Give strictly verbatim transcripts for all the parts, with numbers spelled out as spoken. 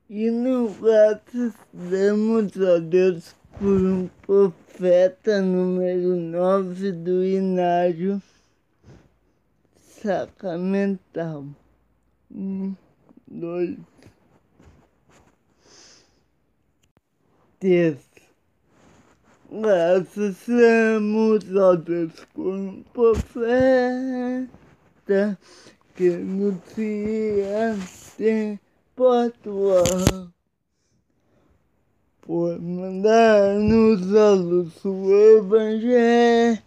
E no graças damos a Deus por um profeta número nove do Inário Sacramental. Um, dois, três. Graças damos a Deus por um profeta que anuncia tempo atual, por mandar-nos a luz o Evangelho.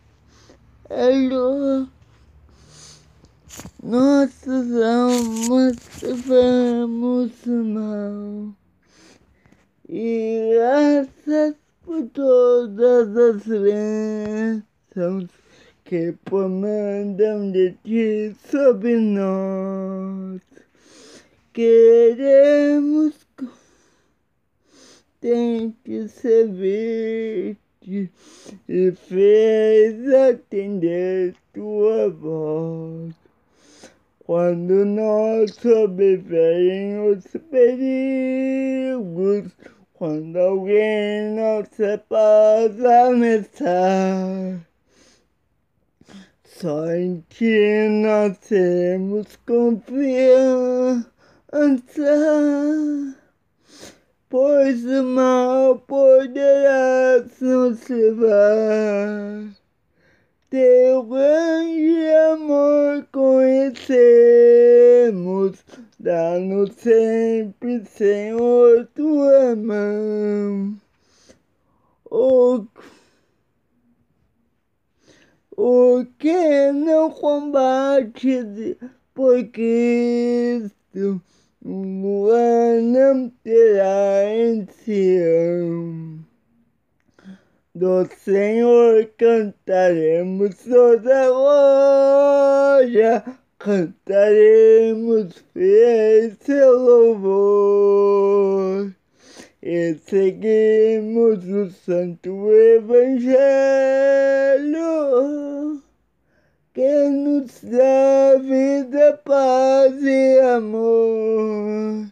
Nossas almas vamos mal, e graças por todas as bênçãos que comandam de ti sobre nós. Queremos contente servir-te e fez atender tua voz. Quando nós sobrevirem os perigos, quando alguém nossa paz ameaçar, só em ti nós temos confiança, pois o mal poderá nos levar. Teu grande amor conhecemos, dá-nos sempre, Senhor, tua mão. O, o que não combate por Cristo, um lugar não terá em Sião. Do Senhor cantaremos toda glória, cantaremos fiel seu louvor, e seguimos o santo Evangelho, que nos dá vida, paz e amor.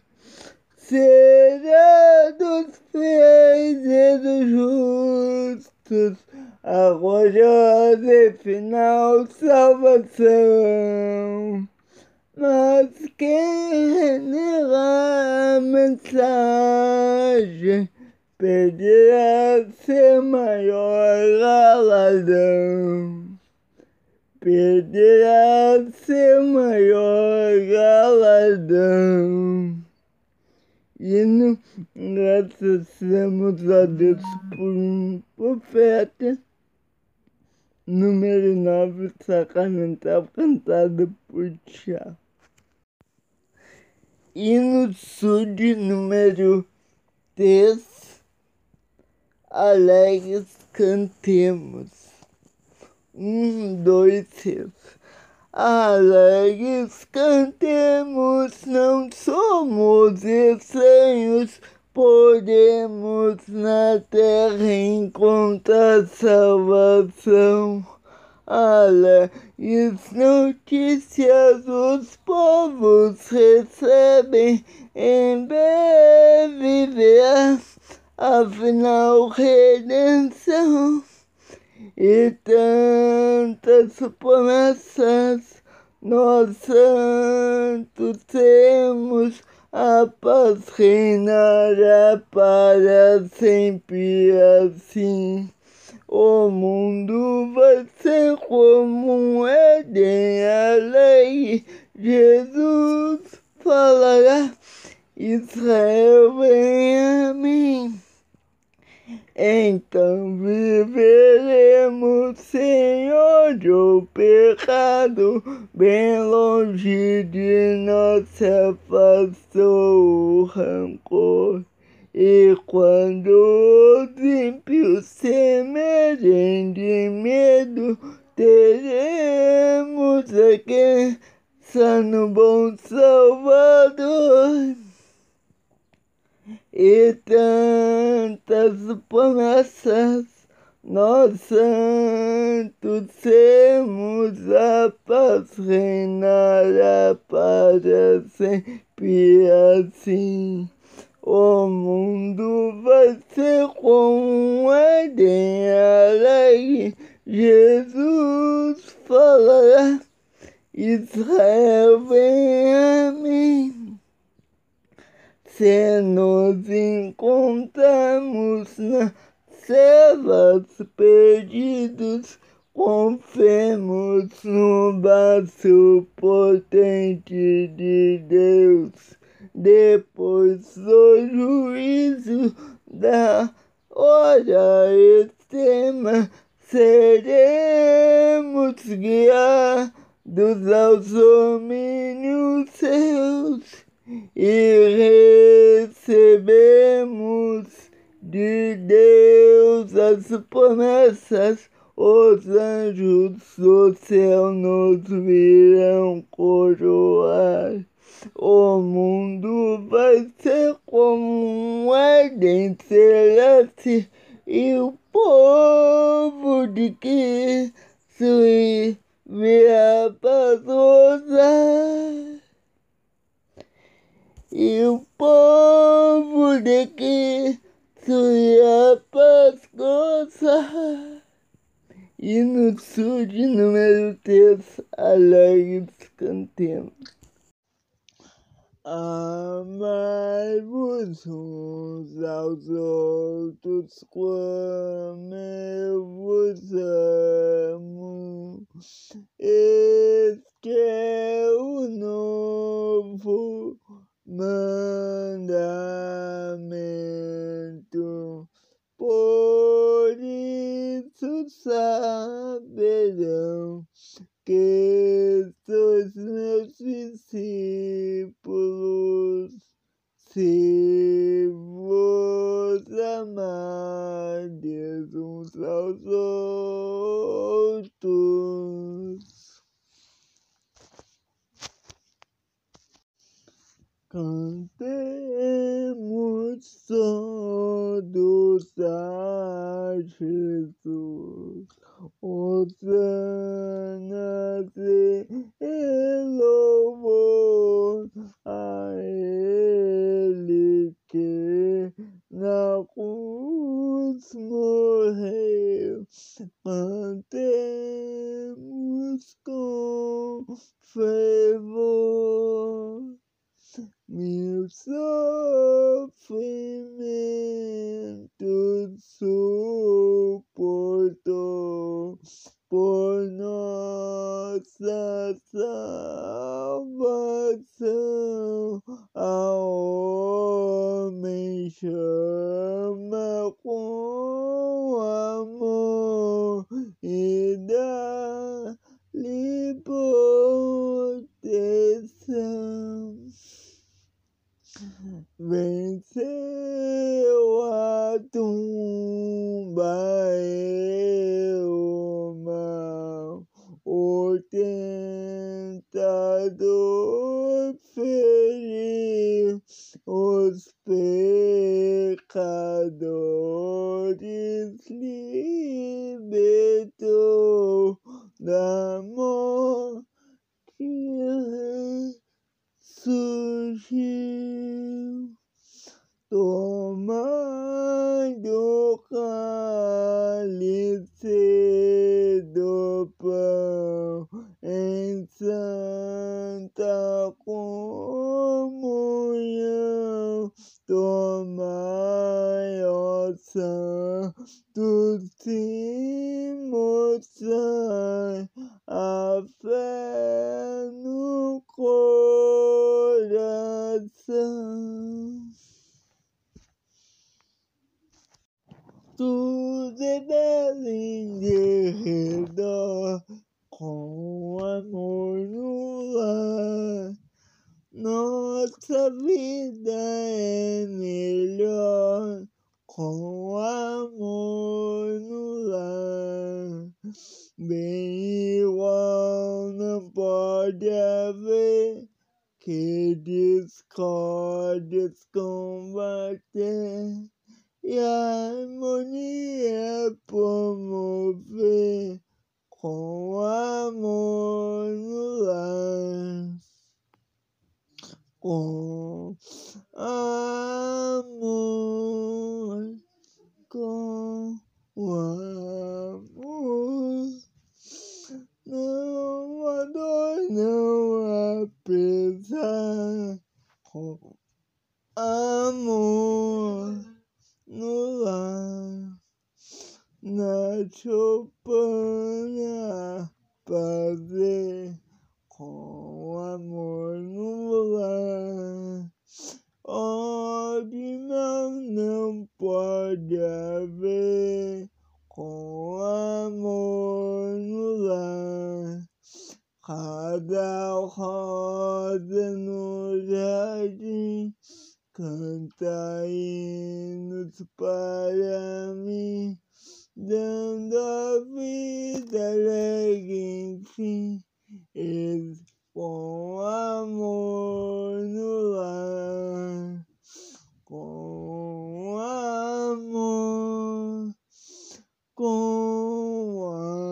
Será dos fiéis e dos justos a gloriosa e final salvação. Mas quem renegar a mensagem perderá seu maior galardão. Perderá seu maior galardão. E no, graças damos a Deus por um profeta número nove sacramental, cantado por Tiago. E no Sude número três, alegres cantemos. Um, dois, três. Alegres cantemos, não somos estranhos, podemos na terra encontrar salvação. Alegres notícias os povos recebem, em breve virá, afinal, redenção. E tantas promessas, nós santos temos, a paz reinará para sempre assim. O mundo vai ser como um Éden, a lei, Jesus falará, Israel vem a mim. Então viveremos, Senhor, o pecado bem longe de nós se afastou o rancor. E quando os ímpios temerem de medo, teremos a crença no bom Salvador. E tantas promessas, nós santos temos, a paz reinará para sempre assim. O mundo vai ser como um Éden alegre. Jesus falará, Israel vem a mim. Se nos encontramos nas selvas perdidos, confiemos no braço potente de Deus. Depois do juízo da hora extrema, seremos guiados aos domínios seus e recebemos de Deus as promessas. Os anjos do céu nos virão coroar. O mundo vai ser como um Éden celeste, e o povo de Cristo virá pastorear. E o povo de Cristo irá pastorear. E no sul de número três, alegres cantemos. Amai-vos uns aos outros como eu vos amo. Este é o novo mandamento. Por isso saberão que sois meus discípulos, se vos amardes uns aos outros. Cantemos todos a Jesus, hosana e louvor a Ele que na cruz morreu. Cantemos com fervor. Meu sofrimento suportou por nossa salvação. Ao homem chama com amor e dá-lhe proteção. Venceu a tumba e o mal, o tentador feriu os pecadores, libertou da morte, surgiu. Tomai do cálice do pão em santa comunhão. Tomai, ó santos, e mostrai a fé no coração. Tudo é belo em redor, com amor no lar. Nossa vida é melhor com amor no lar. Bem igual não pode haver, que discórdias combater e a harmonia promover com amor no lar. com amor, com amor. Não há dor, não há pesar, com amor no lar, na choupana fazer, com amor no lar. Onde não, não pode haver, com amor no lar. Cada rosa no jardim canta hinos para mim, dando a vida alegre, enfim, eles com amor no lar, com amor, com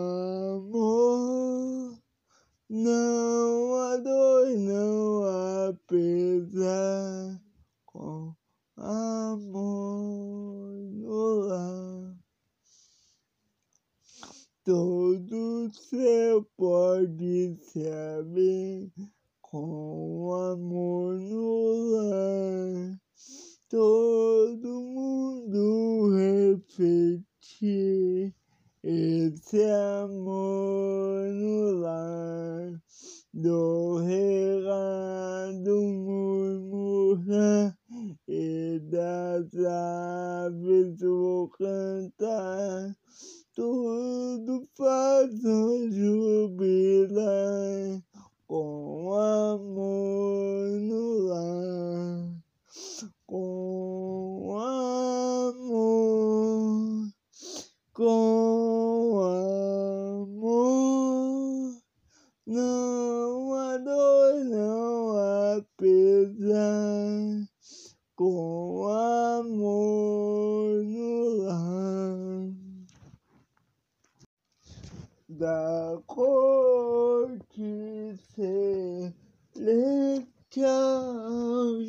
amor. Não há dor, não há pesar, com amor no lar. Todo céu pode se abrir, com amor no lar. Todo mundo refletir esse amor no lar. Do regado murmurar e das aves vou cantar, tudo faz jubilar, com amor no lar, com amor, com amor. Não há dor, não há pesar, com amor no lar. Da corte celestial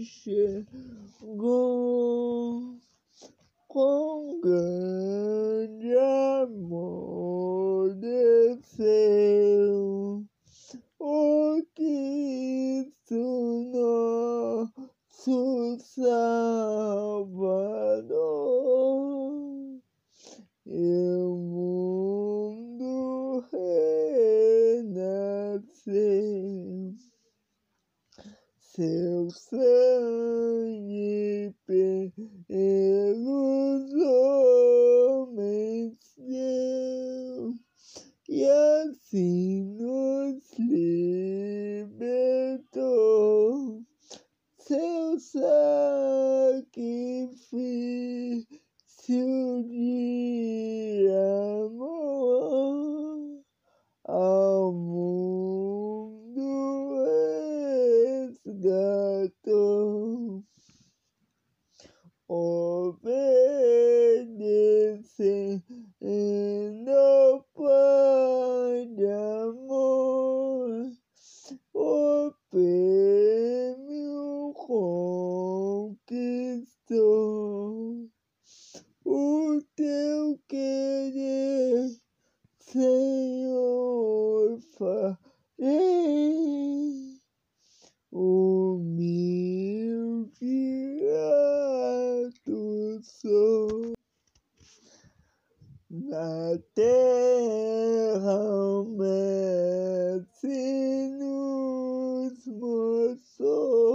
chegou, com grande amor desceu. O Cristo nosso Salvador, e o mundo renasceu. Seu sangue pelos homens deu, e assim nos libertou. Seu sacrifício de amor ao mundo resgatou. Obedecendo ao Pai de amor, o prêmio conquistou. O teu querer, Senhor, farei, humilde grato sou. Na terra o Mestre nos mostrou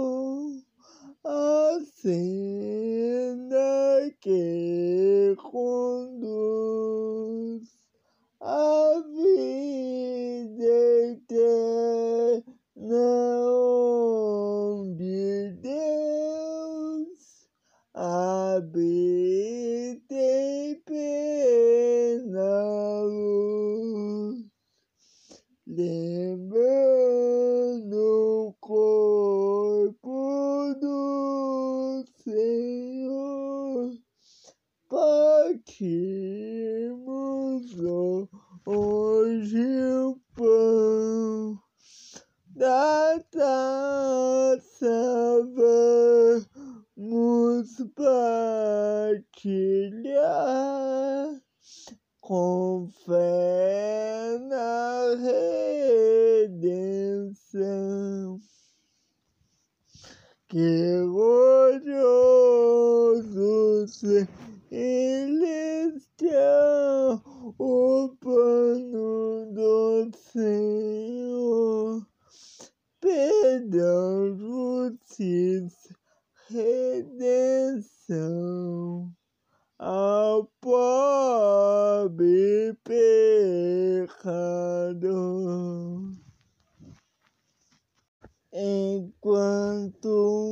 vamos partilhar com fé na redenção, que glorioso celestial o plano do Senhor, perdão, justiça, redenção ao pobre pecador. Enquanto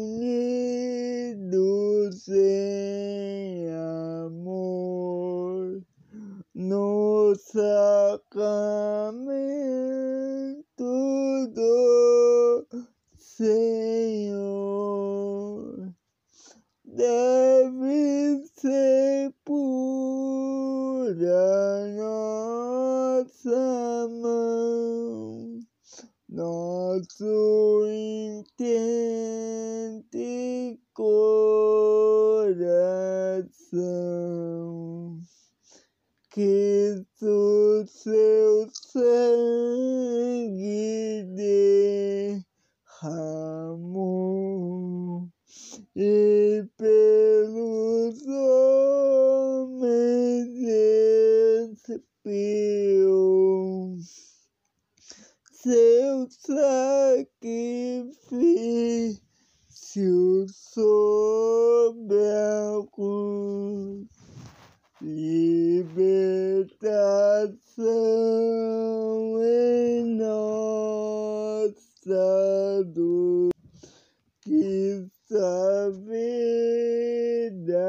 unidos em amor, no sacramento do Senhor, deve ser pura nossa mão, nosso intento e coração, que o seu sangue derramou e pelos homens expiou. Seu sacrifício sobre a cruz, libertação em nossa dor, que a vida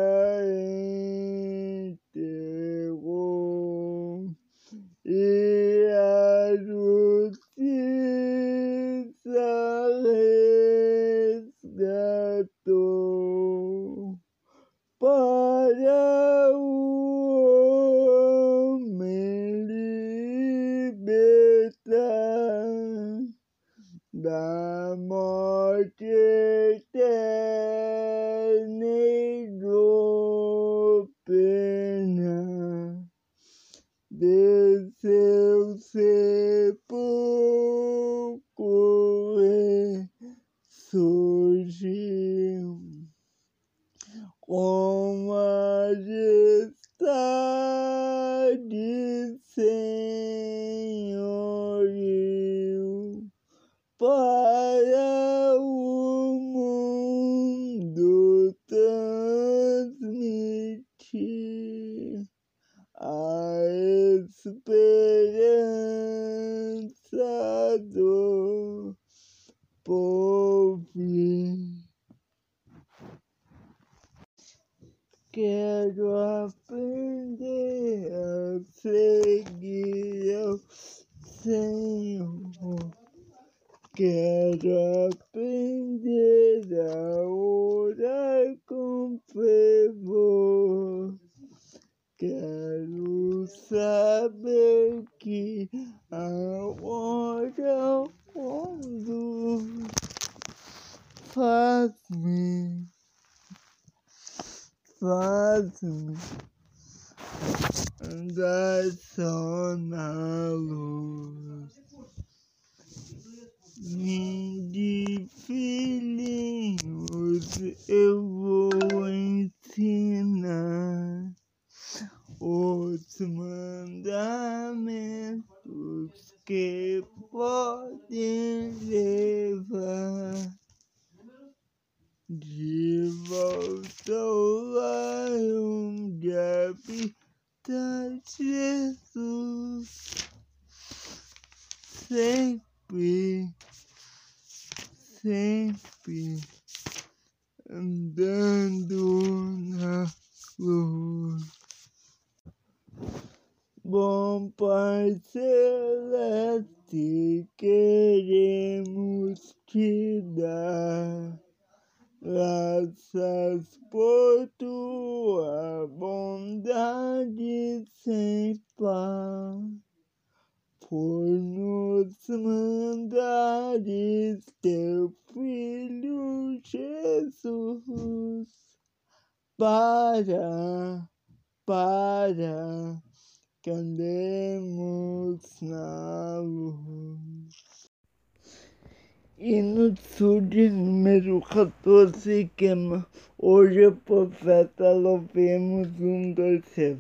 entregou e a justiça resgatou para o homem libertar da morte eterna e do pena, desceu sepulcro e surgiu com majestade senhoril para o mundo transmitir a esperança do porvir. Quero aprender a seguir ao Senhor. Quero aprender a orar com fervor. Quero saber que a hora conduz, faz-me, faz-me andar só na luz. Vinde, filhinhos, eu vou ensinar os mandamentos que podem levar de volta ao lar onde habita Jesus. Sempre, sempre andando na luz. Bom Pai Celeste, queremos te dar graças por tua bondade sem par. por nos mandares teu Filho Jesus para, para que andemos na luz. E no Súria número quatorze, que é hoje o profeta, louvemos um, dois, três.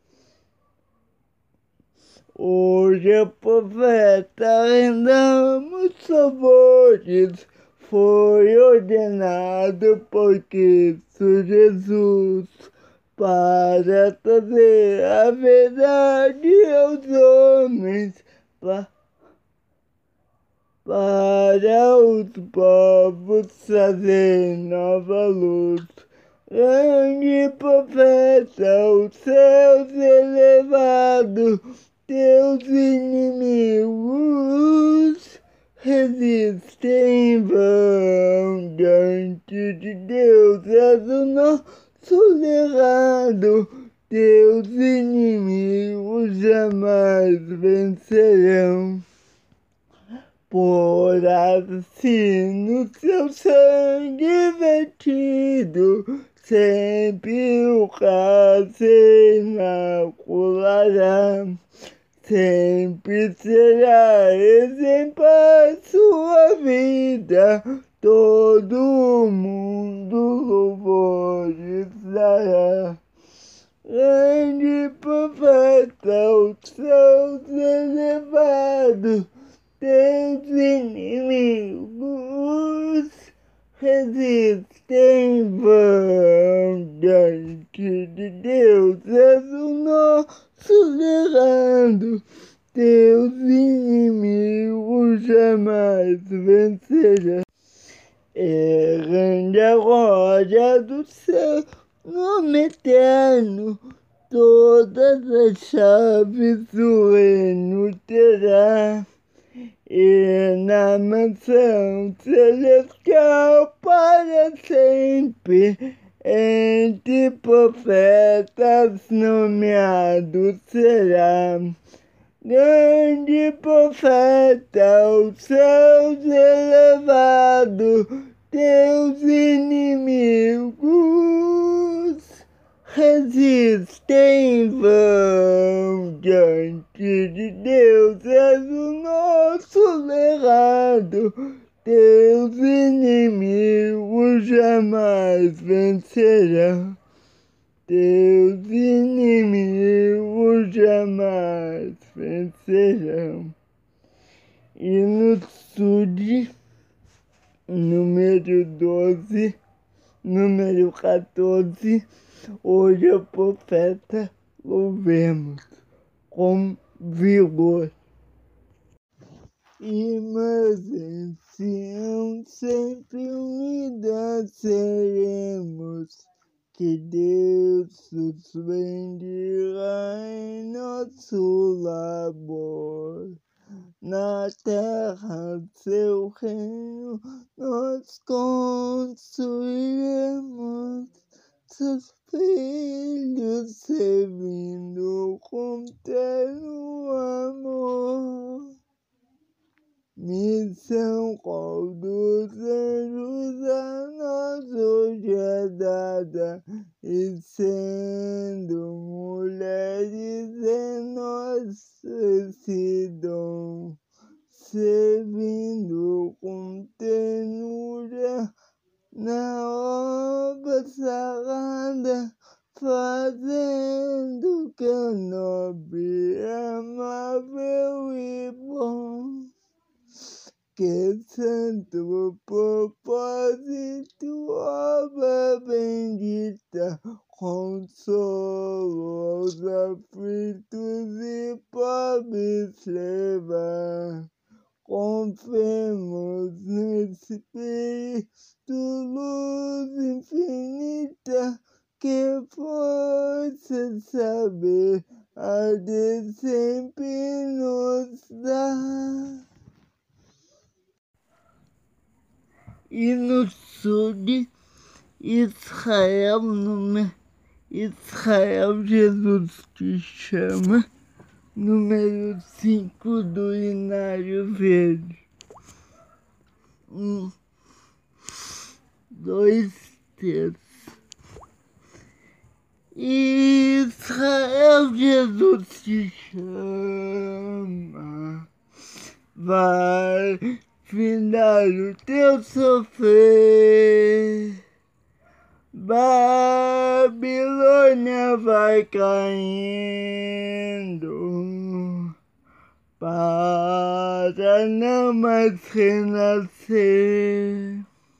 Hoje o profeta rendamos favores, foi ordenado por Cristo Jesus para trazer a verdade aos homens, para Para os povos trazer nova luz. Grande profeta, os céus elevados, teus inimigos resistem em vão. Diante de Deus és o nosso legado, teus inimigos jamais vencerão. Por assim no seu sangue vertido, sempre o caso imaculará. Sempre será exemplar sua vida, todo o mundo louvores dará. Grande profeta, os céus elevados, teus inimigos resistem em vão. Diante de Deus és o nosso legado, teus inimigos jamais vencerão. É grande a glória do seu nome eterno, todas as chaves do reino terá. E na mansão celestial para sempre, entre profetas nomeado será. Grande profeta, os céus elevados, teus inimigos resistem em vão. Diante de Deus és o nosso legado, teus inimigos jamais vencerão. Teus inimigos jamais vencerão. E no Súria, número doze, número quatorze, hoje o profeta louvemos com vigor. Irmãs em Sião, sempre unidas seremos, que Deus nos bendiga em nosso labor. Na terra seu reino nós construiremos, seus filhos servindo com terno amor. Missão qual dos anjos a nós hoje é dada, e sendo mulheres em nós esse dom, servindo com ternura na obra sagrada, fazendo que é nobre, amável e bom. Que santo propósito, obra bendita, consolo aos aflitos e pobres levar. Confiemos no Espírito, luz infinita, que força saber a de sempre nos dá. E no sul de Israel, no Israel, Jesus te chama número cinco do Inário Verde. Um, dois terços. Israel, Jesus te chama, vai findar o teu sofrer. Babilônia vai caindo para não mais renascer.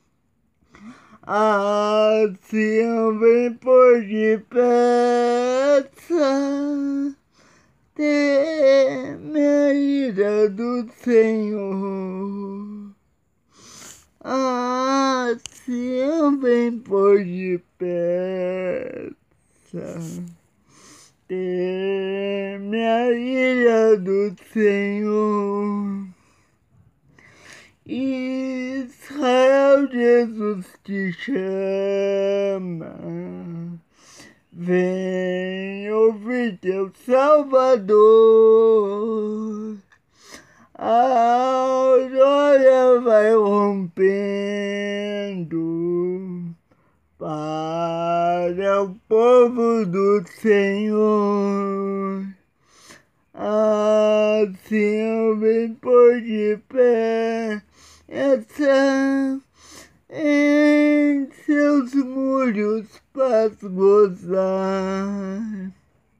A Sião vem por depressa, teme a ira do Senhor. A Sião vem por depressa, teme a ira do Senhor. Israel, Jesus te chama, vem ouvir teu Salvador. A aurora vai rompendo para o povo do Senhor. Assim vem por de pé, essa em seus muros faz gozar.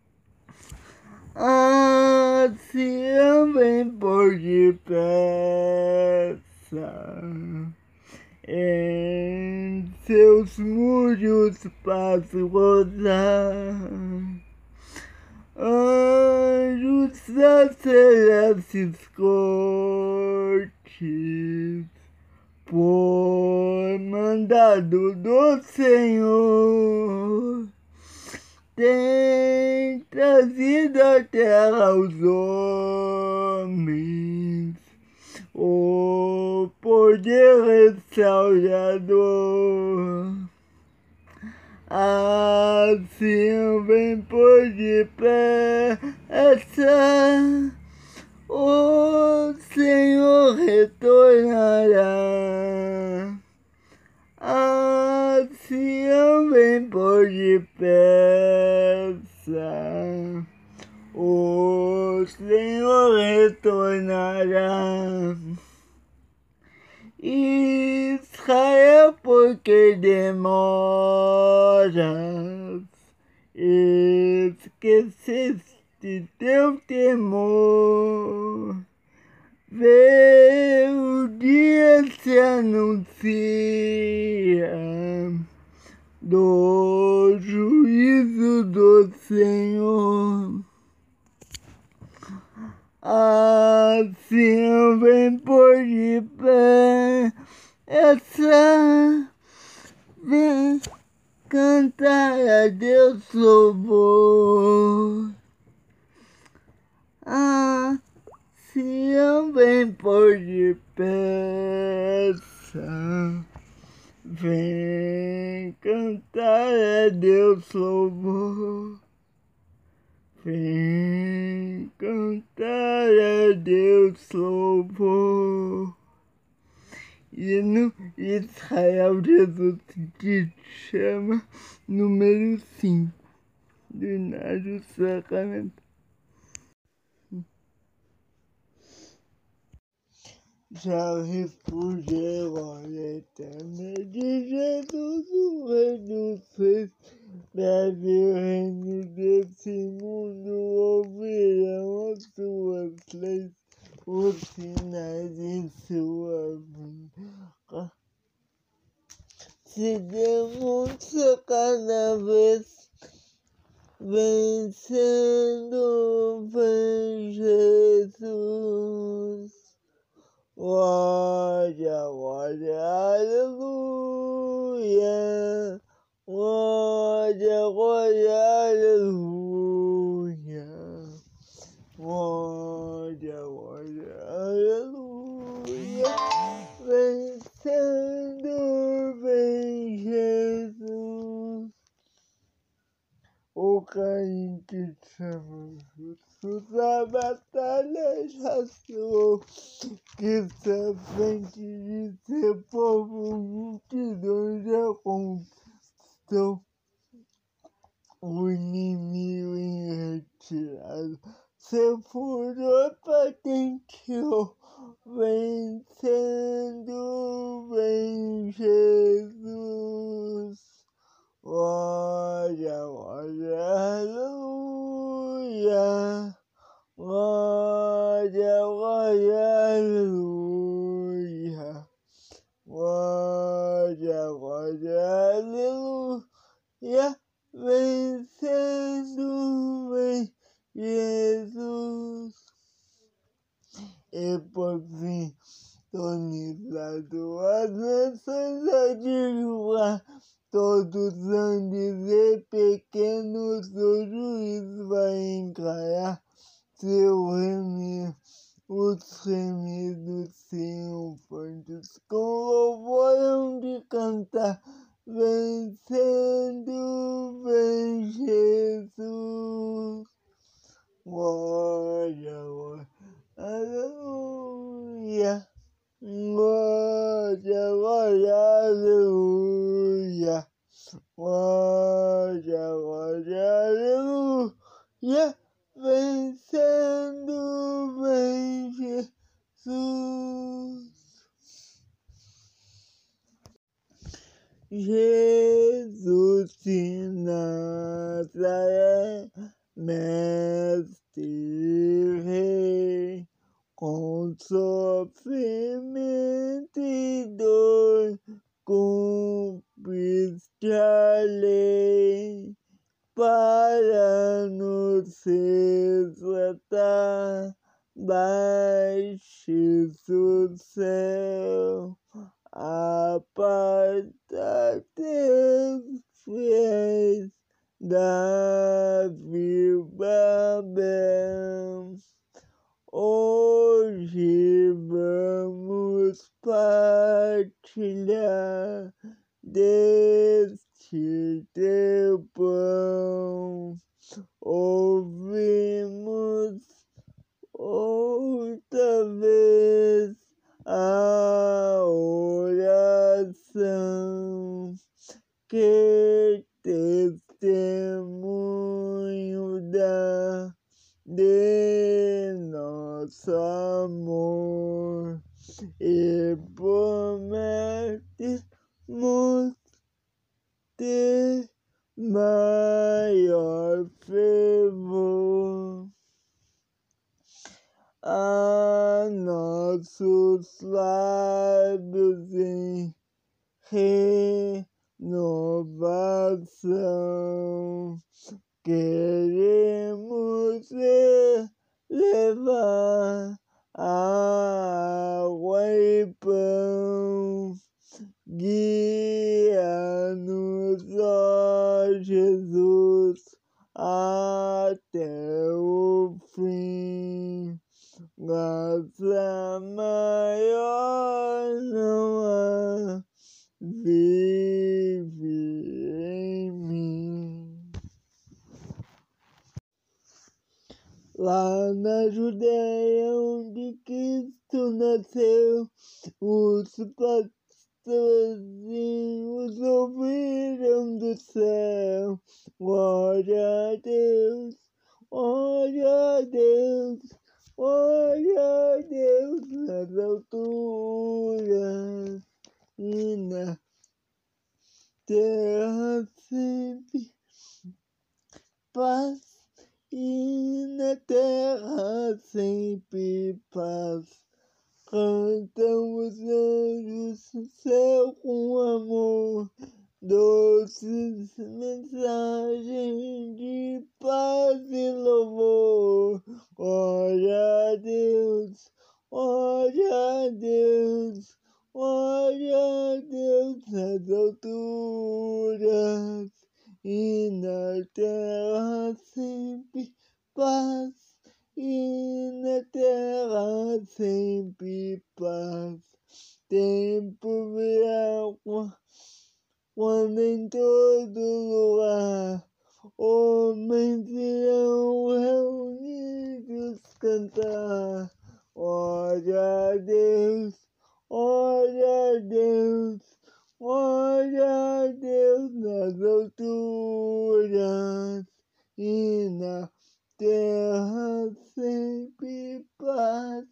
Assim vem por depressa, em seus muros faz gozar. Anjos celestes cortes, por mandado do Senhor, tem trazido à terra aos homens o poder restaurador. Assim vem por de pé essa, o Senhor retornará. Assim vem por de pé essa, o Senhor retornará. Israel, porque demoras, esqueceste teu temor. Vê, o dia se anuncia do juízo do Senhor. Assim vem por de pé essa, vem cantar a Deus louvor. Assim vem por de pé essa, vem cantar a Deus louvor. Vem cantar a Deus louvor. E no Israel, Jesus te chama, número cinco do Inário Sacramento. Já refugiei a glória eterna de Jesus, o Rei dos Reis. Breve o reino desse mundo, ouvirão as suas leis, os sinais em sua boca. Se demonstra cada vez, vencendo, vem Jesus. Glória, glória, aleluia. Glória, glória, aleluia. Glória, glória, aleluia. Vencendo, vem Jesus. O que a gente chama juntos, a batalha já soou, que se frente de ser povo, multidão já conquistou. O inimigo em retirada, se furou, patenteou, vencendo, vem Jesus. Glória, glória, aleluia. Glória, glória, aleluia. Glória, glória, aleluia. Vencendo, vem Jesus. E por fim, tonizado as nações a divulgar, todos vão dizer pequenos, o juiz vai encarar. Seu remido, os remidos triunfantes com louvor hão de cantar, vencendo, vem Jesus. Glória, glória, aleluia. Glória, glória, aleluia. Glória, glória, aleluia. Vencendo, vem Jesus. Jesus de Nazaré, mestre rei, com sofrimento e dor, cumpriste a lei para nos resgatar. Baixe do céu, aparta teus fiéis da viva Babel. Hoje vamos partilhar deste teu pão. Ouvimos outra vez a oração, que testemunho dá de nosso amor, e prometemos ter maior fervor. A nossos lábios em renovação, queremos levar água e pão. Guia-nos, ó Jesus, até o fim. Graça maior não há, vive em mim. Lá na Judéia, onde Cristo nasceu, os pastorzinhos ouviram do céu: glória a Deus, glória a Deus, glória a Deus nas alturas, e na terra sempre paz, e na terra sempre paz. Cantam os anjos no céu com amor, doces mensagens de paz e louvor. Glória a Deus, glória a Deus, glória a Deus nas alturas, e na terra sempre paz, e na terra sempre paz. Tempo virá quando em todo lugar homens irão reunidos cantar. Glória a Deus, glória a Deus, glória a Deus nas alturas e na terra sempre paz.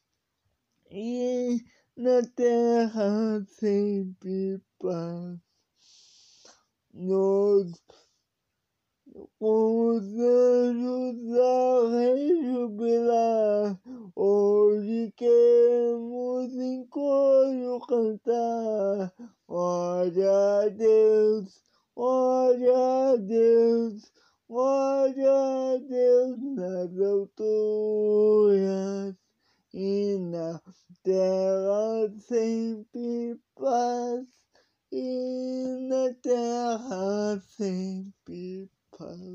E na terra sempre paz. Nós, com os anjos a rejubilar, hoje queremos em coro cantar. Glória a Deus, glória a Deus, glória a Deus nas alturas e na terra sempre paz, e na terra sempre paz.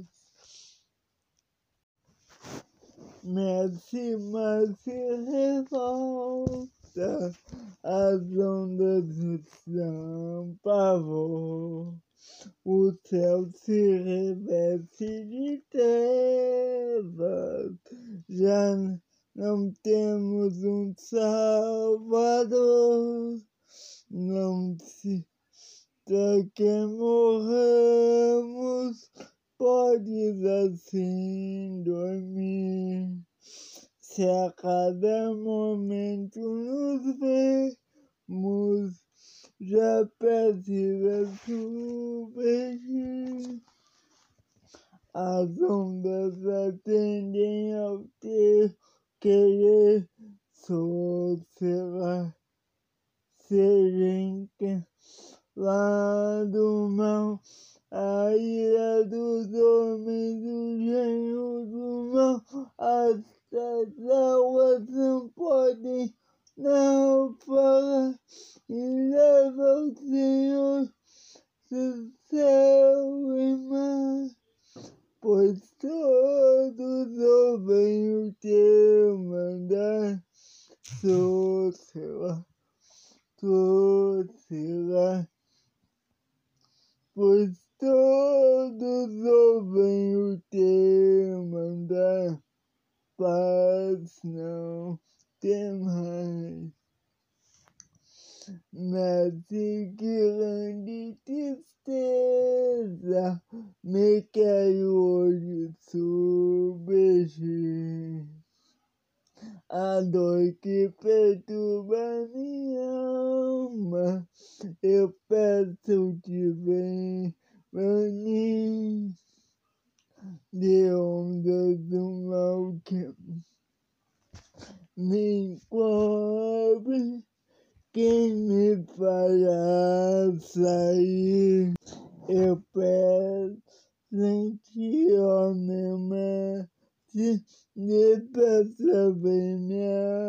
Mexe, mexe, revolta, as ondas estão pavor. O céu se reveste de trevas, já não temos um Salvador. Não se até que morramos, podes assim dormir. Se a cada momento nos vemos, já precisa submergir. As ondas atendem ao teu querer, sossegar, serem lá do mal, a ira dos homens, o gênio do mal. As águas não podem naufragar e leva o Senhor do céu e mar, pois todos ouvem o teu mandar. Sossegar, sossegar, pois todos ouvem o teu mandar. Paz não tem mais, mas que grande tristeza me quero hoje submergir. A dor que perturba minha alma, eu peço-te vem venir. De ondas do mal que me encobre, quem me fará sair? Eu peço em ti, ó meu mestre, depressa vem me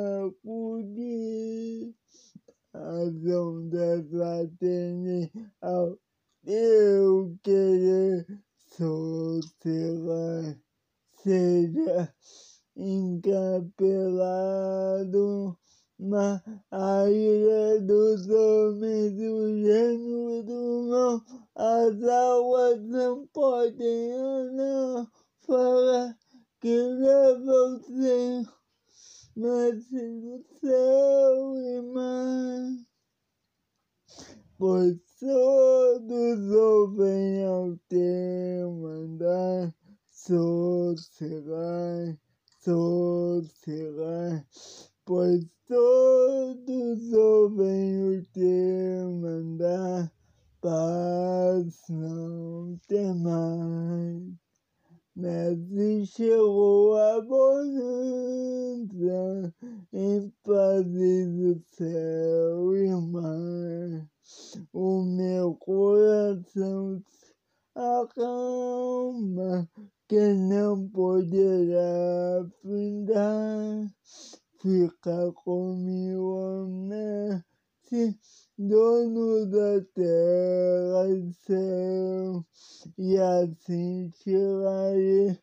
acudir. As ondas atendem ao teu querer, sossegar, seja encapelado, mas a ira dos homens, o gênio do mal. As águas não podem naufragar, que leva o Senhor, mas do céu e mar, pois todos ouvem ao teu mandar. Sossegar, sossegar, pois todos ouvem o teu mandar. Paz não tem mais, mas chegou a bonança em pazes do céu e mar. O meu coração se acalma, que não poderá findar. Fica comigo, mestre, dono da terra e céu, e assim tirarei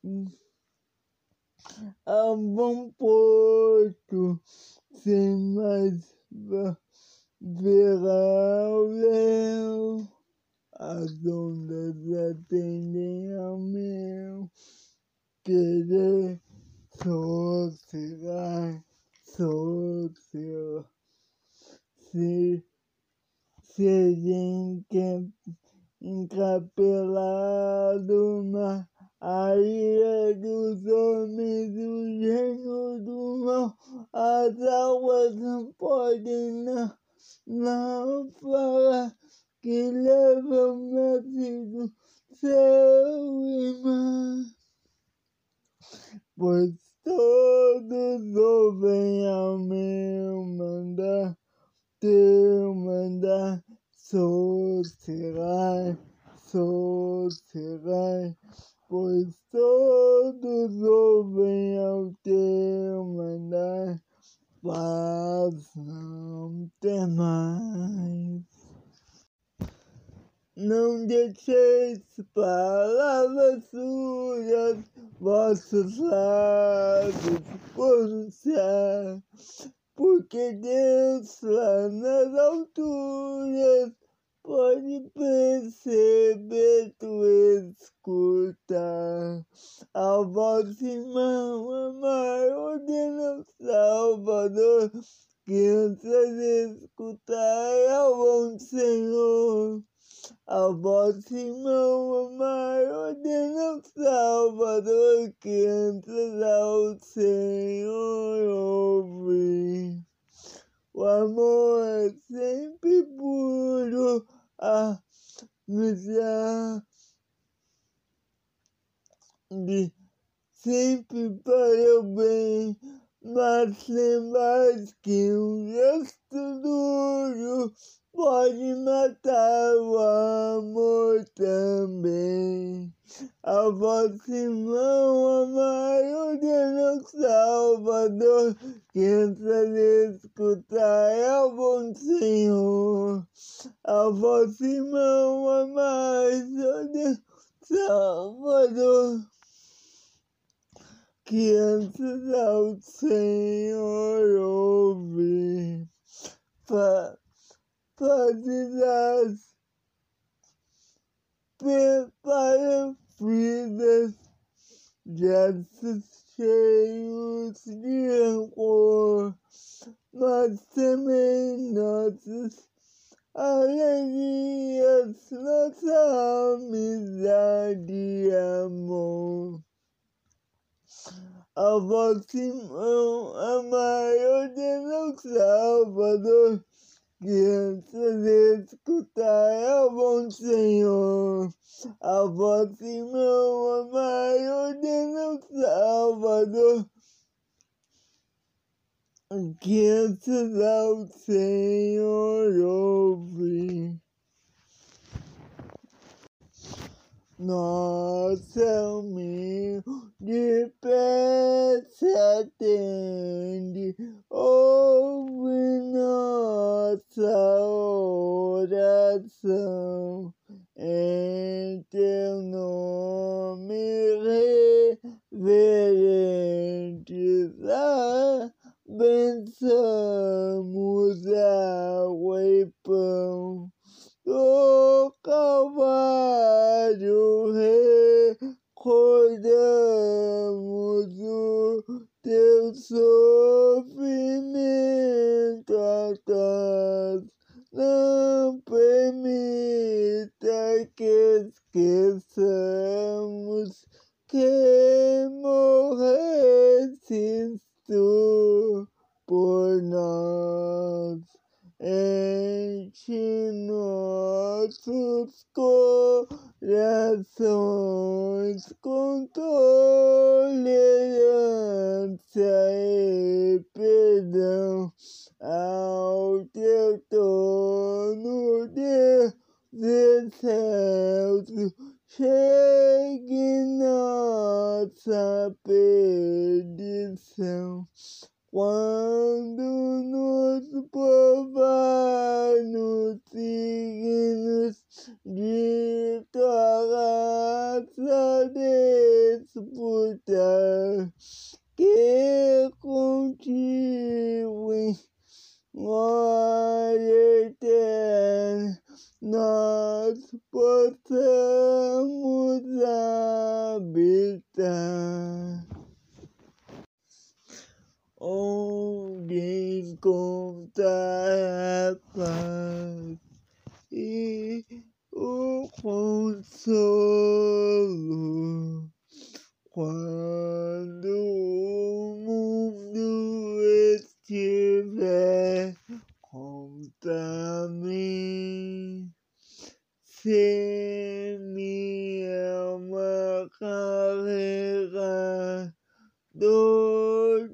a bom porto, sem mais verá o léu. as ondas atendem ao meu querer sossegar, sossegar. Se, se encapelado na areia dos homens, o gênio do mal, as águas não podem não, não falar, que levam nascido seu irmão, pois todos ouvem ao meu mandar, teu mandar, sossegai, sossegai, pois todos ouvem ao teu mandar, paz não temais. Não deixeis palavras sujas, vossos lábios pronunciar, porque Deus lá nas alturas pode perceber, tu escutar. A vosso irmão amar, ordena o Salvador, crianças escutai ao bom Senhor. A vosso irmão amar, ordena o Salvador, crianças ao Senhor ouvir. O amor é sempre puro, a amizade sempre para o bem, mas tem mais que um gesto duro, pode matar o amor também. A vosso irmão amar, ordena o Salvador, crianças escutai ao bom Senhor. A vosso irmão amar, ordena o Salvador, crianças ao Senhor ouvir. Fa Fazes as prepara vidas, gestos cheios de rancor, mas também nossas alegrias, nossa amizade e amor. A vosso irmão amar, ordena o Salvador, crianças escutai ao bom Senhor. A vosso irmão amar, ordena o Salvador, crianças ao Senhor ouvir. Nossa humilde prece atende, ouve nossa oração, em teu nome reverentes abençamos água e pão. Do Calvário recordamos o teu sofrimento atrás. Não permita que esqueçamos que morresses tu por nós. Enche nossos corações com tolerância e perdão ao teu trono, Deus excelso. Chegue nossa perdição. Quando nos provar nos signos de tua graça disputar, que contigo em glória eterna nós possamos habitar, onde encontrar a paz e o consolo, quando o mundo estiver contra mim. Se minha alma carregar dor,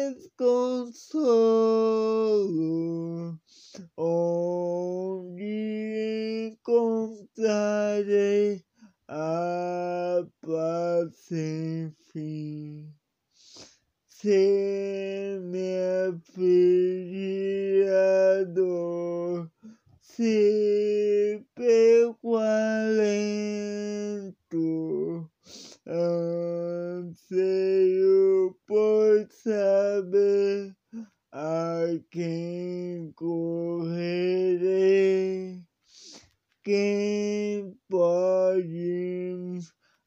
desconsolo, onde encontrarei a paz sem fim. Se me afligir a dor, se perco alento, anseio por saber a quem correrei, quem pode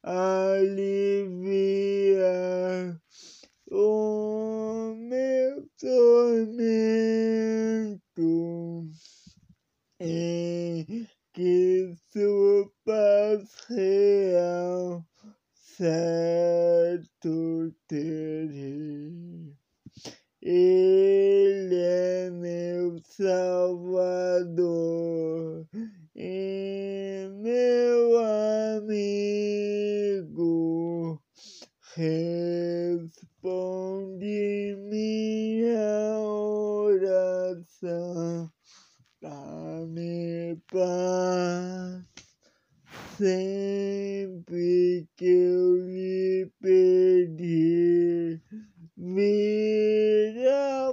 aliviar o meu tormento, em que sua paz real certo terei. Ele é meu Salvador e meu amigo, responde minha oração, dá-me paz sempre que eu lhe pedir. Vira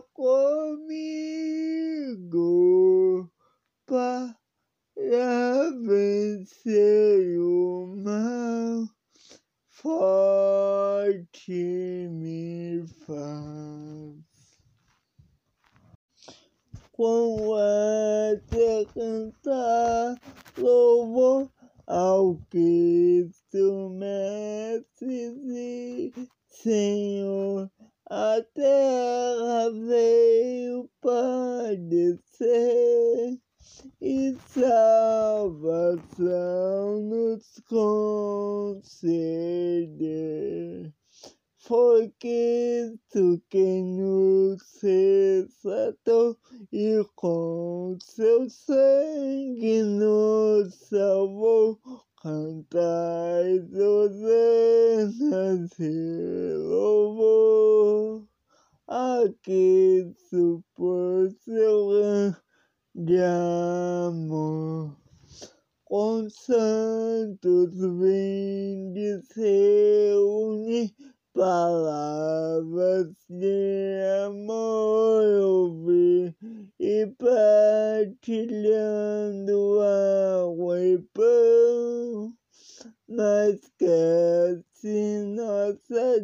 comigo para vencer o mal, forte me faz. Com essa cantar louvor ao Cristo Mestre, Senhor, a terra veio padecer e salvação nos conceder. Foi Cristo quem nos resgatou e com seu sangue nos salvou. Cantai hosanas e louvor a Cristo por seu grande amor. Com santos vindes reúne, palavras de amor ouvir, e partilhando água e pão, mas cresce nossa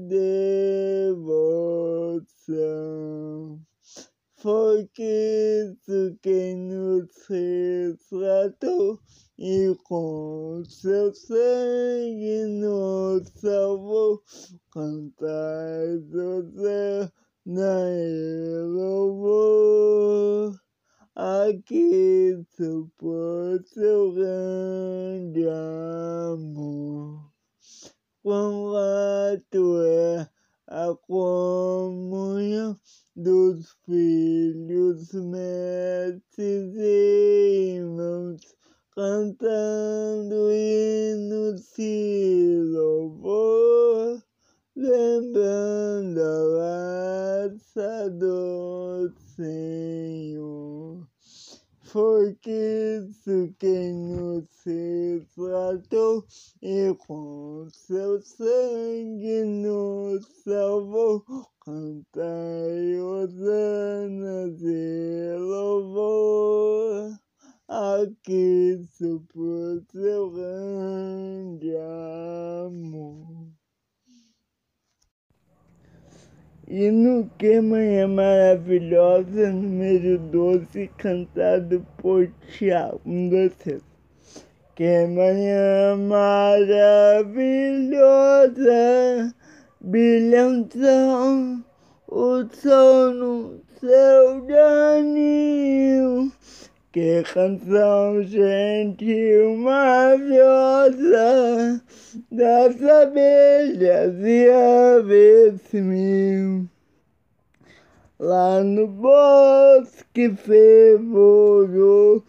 devoção. Foi Cristo quem nos resgatou e com seu sangue nos salvou. Cantai hosanas e louvor a Cristo por seu grande amor. Quão grato é a comunhão dos filhos, mestres e irmãos, cantando hinos e louvor, lembrando a graça do Senhor. Foi Cristo quem nos resgatou e com seu sangue nos salvou. Cantai hosanas e louvor a Cristo por seu grande amor. E no Que Manhã Maravilhosa, número doze, cantado por Thiago. Um, dois, três. Que manhã maravilhosa, brilhantão, o sol no céu de anil. Que canção gentil, maravilhosa, das abelhas e aves mil. Lá no bosque fervoroso,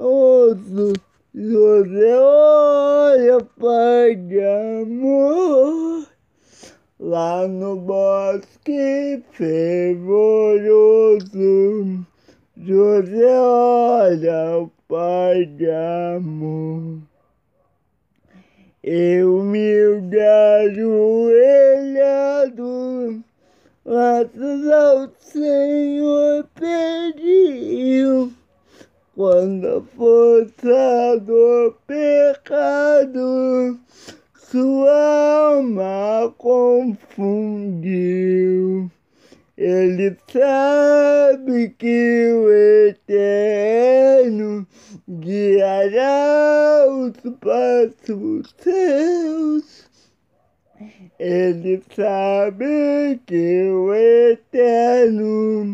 José olha, pai de amor. Lá no bosque fervoroso, José olha, o pai de amor. Eu humilde ajoelhado, graças ao Senhor pediu. Quando a força do pecado sua alma confundiu, ele sabe que o Eterno guiará os passos seus. Ele sabe que o Eterno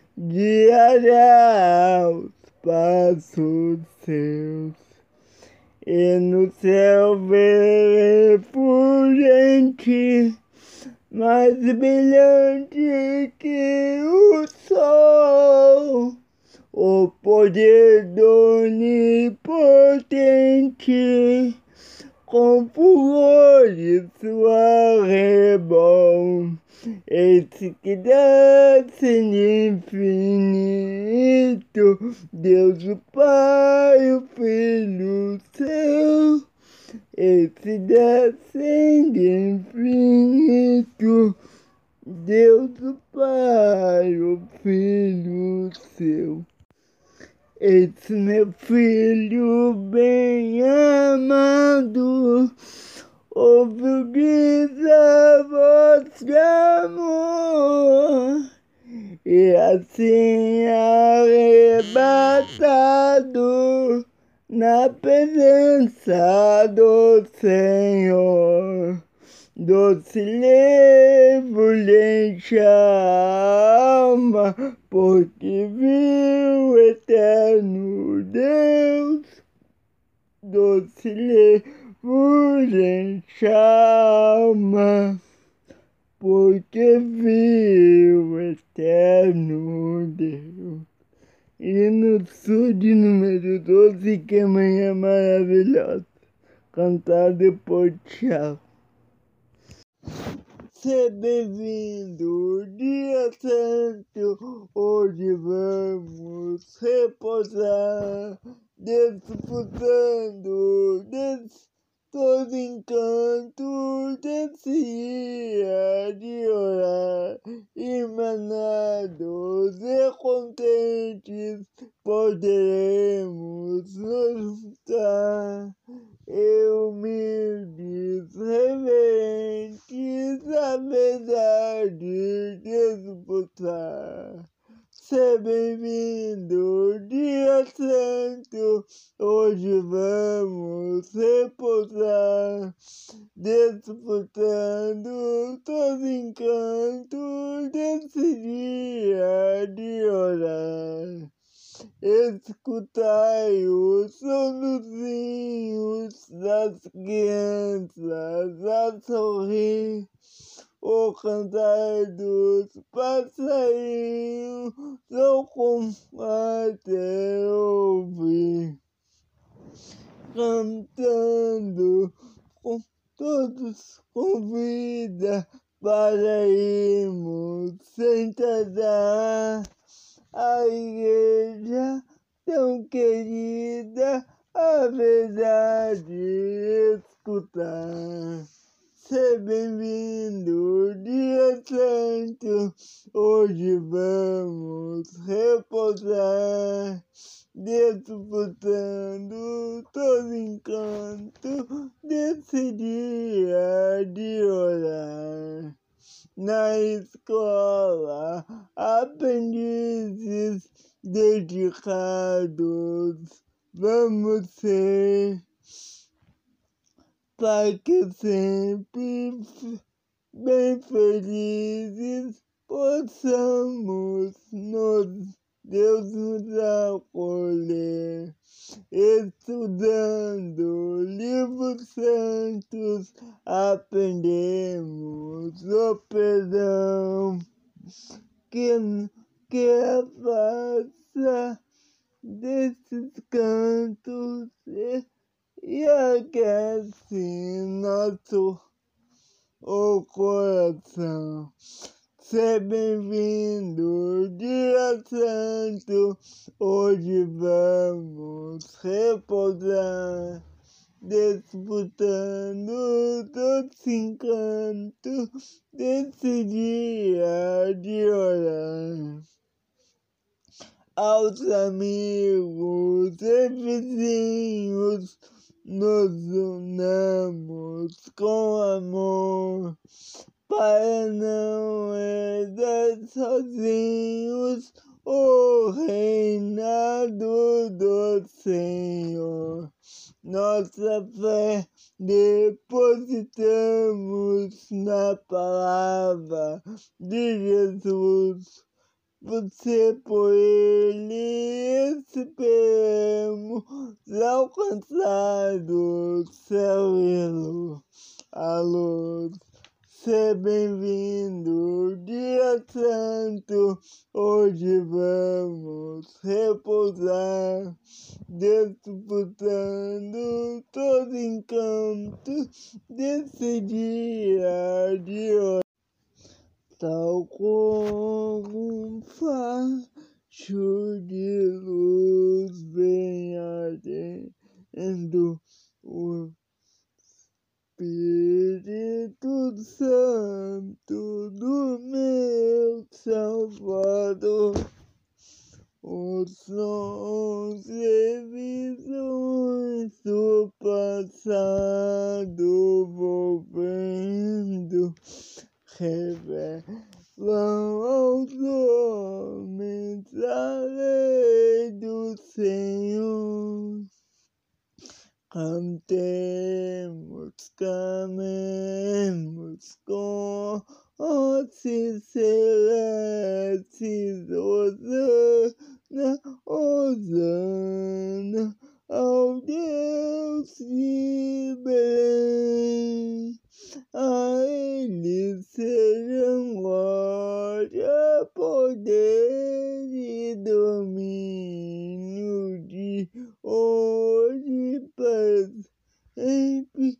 guiará os passos seus. E no céu ver refulgente, mais brilhante que o sol, o poder do Onipotente, com fulgor de sua rebol. Esse que desce de infinito, Deus o Pai, o Filho seu. Esse desce de infinito, Deus o Pai, o Filho seu. Esse meu filho bem amado, ouve o grito da voz de amor, e assim arrebatado na presença do Senhor, doce livro enche a alma, porque viu o eterno Deus. Doce livro enche a alma, porque viu o eterno Deus. E no sul de número doze, que manhã maravilhosa, cantado por Tchau. Seja bem-vindo, dia santo, hoje vamos repousar, desfrutando desse todo encanto desse dia de orar, emanados e contentes, poderemos nos juntar, e humildes, reverentes, a verdade desbotar. Seja bem-vindo, dia santo, hoje vamos repousar, desfrutando todo encanto desse dia de orar. Escutai os soluzinhos das crianças a sorrir, o cantar dos passarinhos, só com até ouvir, cantando com todos convida para irmos sentar a igreja tão querida, a verdade escutar. Seja bem-vindo, dia santo, hoje vamos repousar, desfrutando todo encanto desse dia de orar. Na escola, aprendizes dedicados vamos ser, para que sempre bem felizes possamos nos, Deus nos acolher, estudando livros santos, aprendemos o perdão que, que faça desses cantos e, e aquece nosso o coração. Seja bem-vindo, dia santo, hoje vamos repousar, disputando todos encantos desse dia de orar. Aos amigos e vizinhos nos unamos com amor, para não estar sozinhos, o reinado do Senhor. Nossa fé depositamos na palavra de Jesus. Você por ele esperamos alcançar o céu e a luz. Seja bem-vindo, dia santo, hoje vamos repousar, disputando todo encanto desse dia de hoje. Tal como um facho de luz vem ardendo o Espírito Santo do meu Salvador, os sons e visões do passado vou vendo, revelam aos homens a lei do Senhor. Cantemos, clamemos com hostes celestes, Hosana, Hosana, ao Deus de Belém. A ele sejam glória, poder e domínio de hoje e para sempre.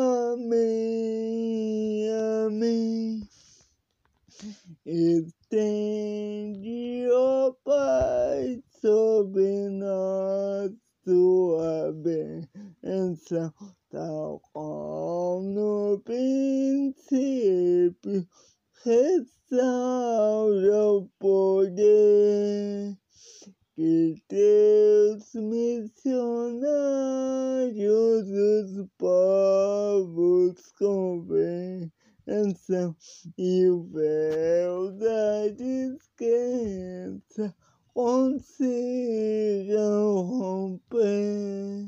Amém, amém. Estende, ó Pai, sobre nós tua bênção, tal como no princípio, restaura o poder que teus missionários dos povos convençam e o véu da descrença consigam romper.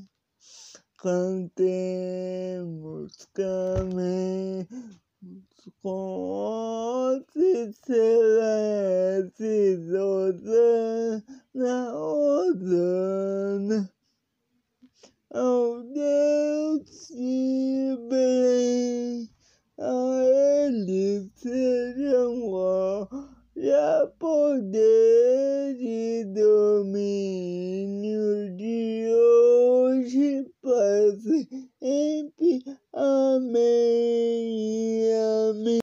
Cantemos, clamemos com hostes celestes, Hosana, Hosana, ao Deus de Belém. A ele sejam glória, poder e domínio de hoje para sempre. Amém, amém.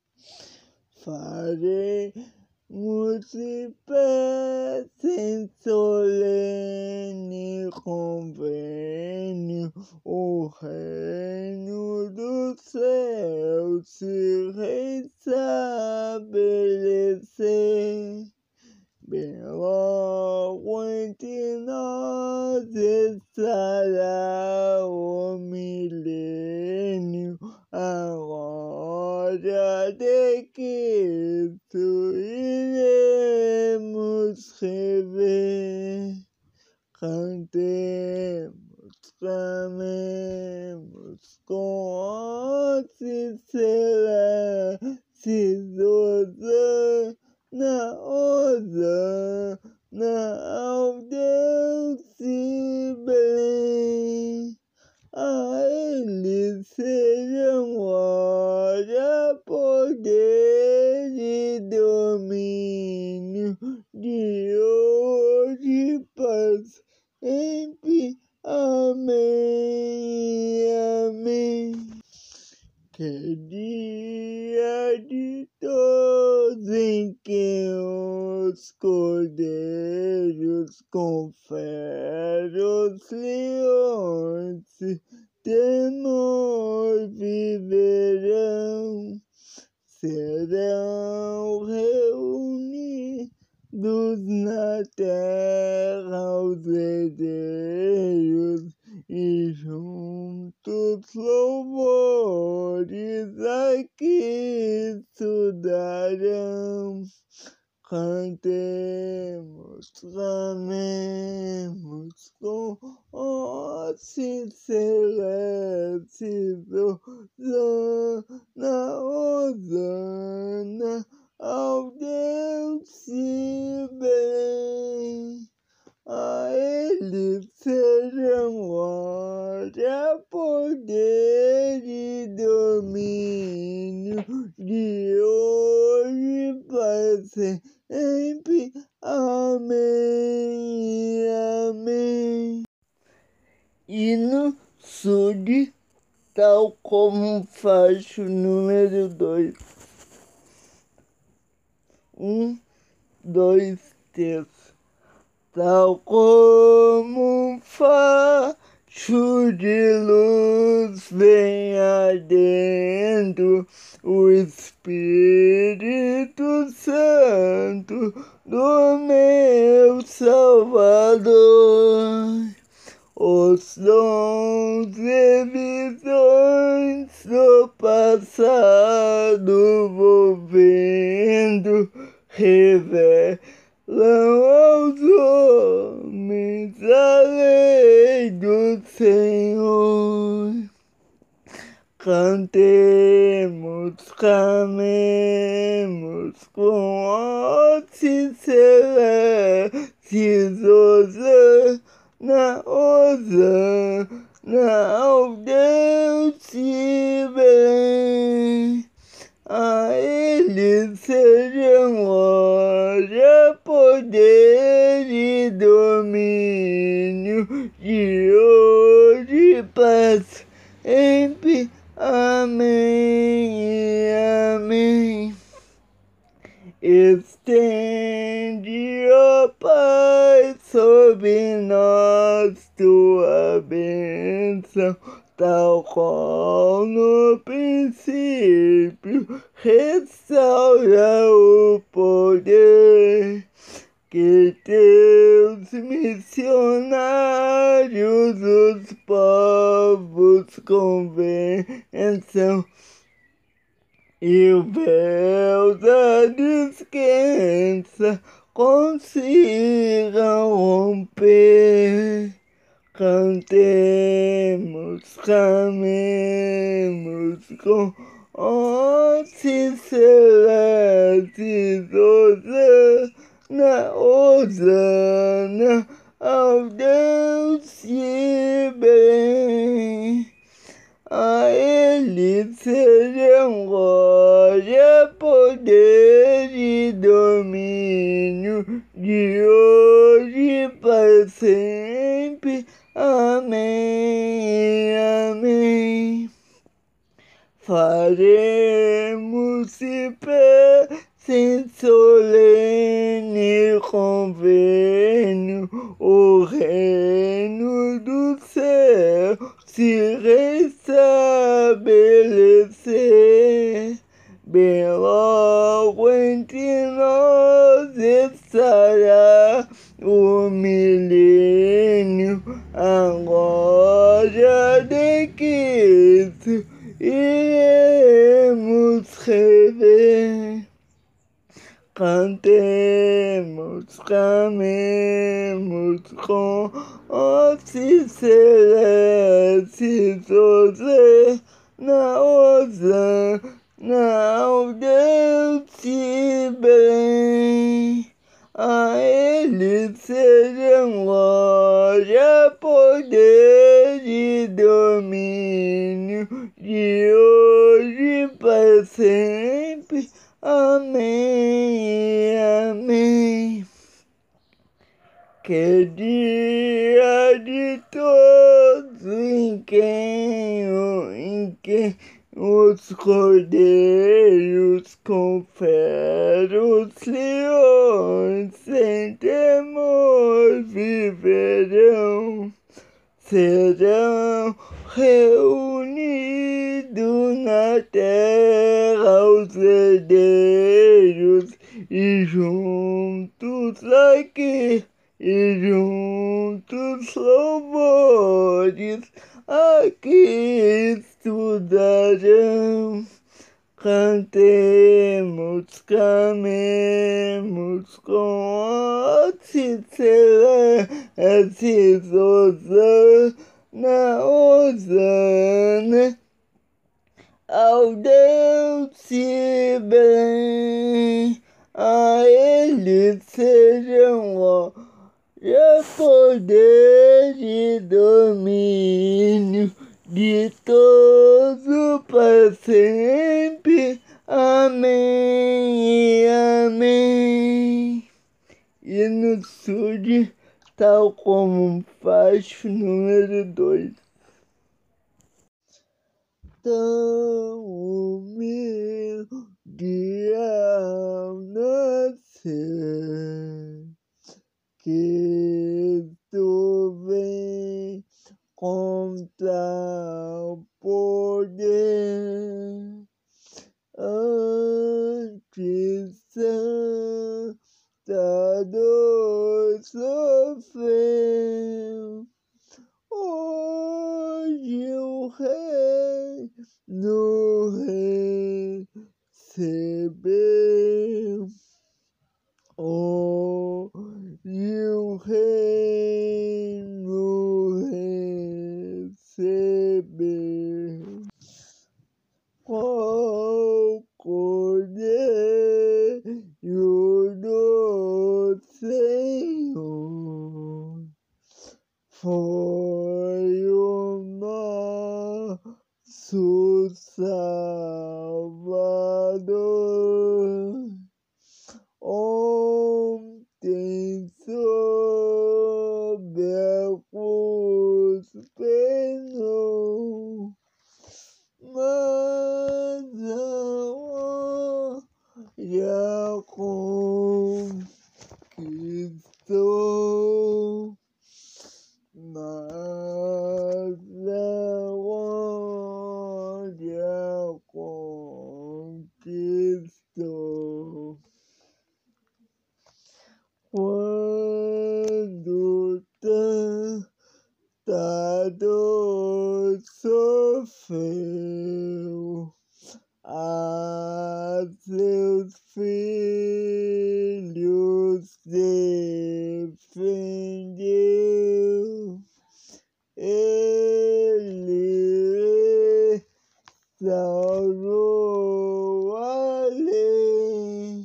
Faremos de pé sem solene convênio, o reino do céu se restabelecer. Bem logo entre nós estará o milênio, a glória de Cristo iremos rever. Cantemos, clamemos com silenciosa na ousa, na aldeia de Belém. A ele sejam glória, poder e domínio, de hoje e para sempre. Amém, amém. Que dia de todos em que os cordeiros conferem os leões, temor viverão, serão reunidos na terra os herdeiros, e juntos louvores aqui estudarão. Cantemos, clamemos com hostes celestes, Hosana, Hosana ao Deus de Belém. A ele sejam glória, poder e domínio, de hoje para sempre. Amém, amém. Hino Sud, tal como faixa número dois. Um, dois, três. Tal como um facho de luz vem ardendo o Espírito Santo do meu Salvador. Os sons e visões do passado vou vendo, revelam aos homens a lei do Senhor. Cantemos, clamemos com hostes celestes, Hosana, Hosana ao Deus de Belém. A ele sejam glória, poder e domínio, de hoje para sempre. Amém, amém. Estende, ó Pai, sobre nós tua bênção, tal qual no princípio, restaura o poder que teus missionários, os povos, convençam, e o véu da descrença consigam romper. Cantemos, clamemos com hostes celestes, Hosana, Hosana ao Deus de Belém. A ele sejam glória, poder e domínio, de hoje para sempre. Amém, amém. Faremos-se pé sem solene convênio, o reino do céu se restabelecer. Bem logo entre nós estará o milênio, a glória de Cristo iremos rever. Cantemos, clamemos com hostes celestes, Hosana, na Osana, ao Deus de Belém. A ele sejam glória, poder e domínio, de hoje para sempre. Amém, amém. Que dia de todos em quem, em quem os cordeiros com feros leões sem temor viverão, serão reunidos na terra os herdeiros e juntos aqui. E juntos louvores aqui estudarão. Cantemos, clamemos com excelências, Osana, Osana, ao Deus de Belém. A ele sejam glória, poder e domínio, de todo para sempre. Amém, amém. E no surge, tal como um facho número dois. Tão humilde ao nascer, que tu vem contra o poder, antes santa dor sofreu, hoje o rei no recebeu. Oh, e o reino recebeu, qual cordeiro do Senhor foi o nosso Salvador. Ontem sob a cruz penou, mas agora conquistou, mas agora conquistou. Quando tanta dor sofreu, a seus filhos defendeu, ele restaurou a lei.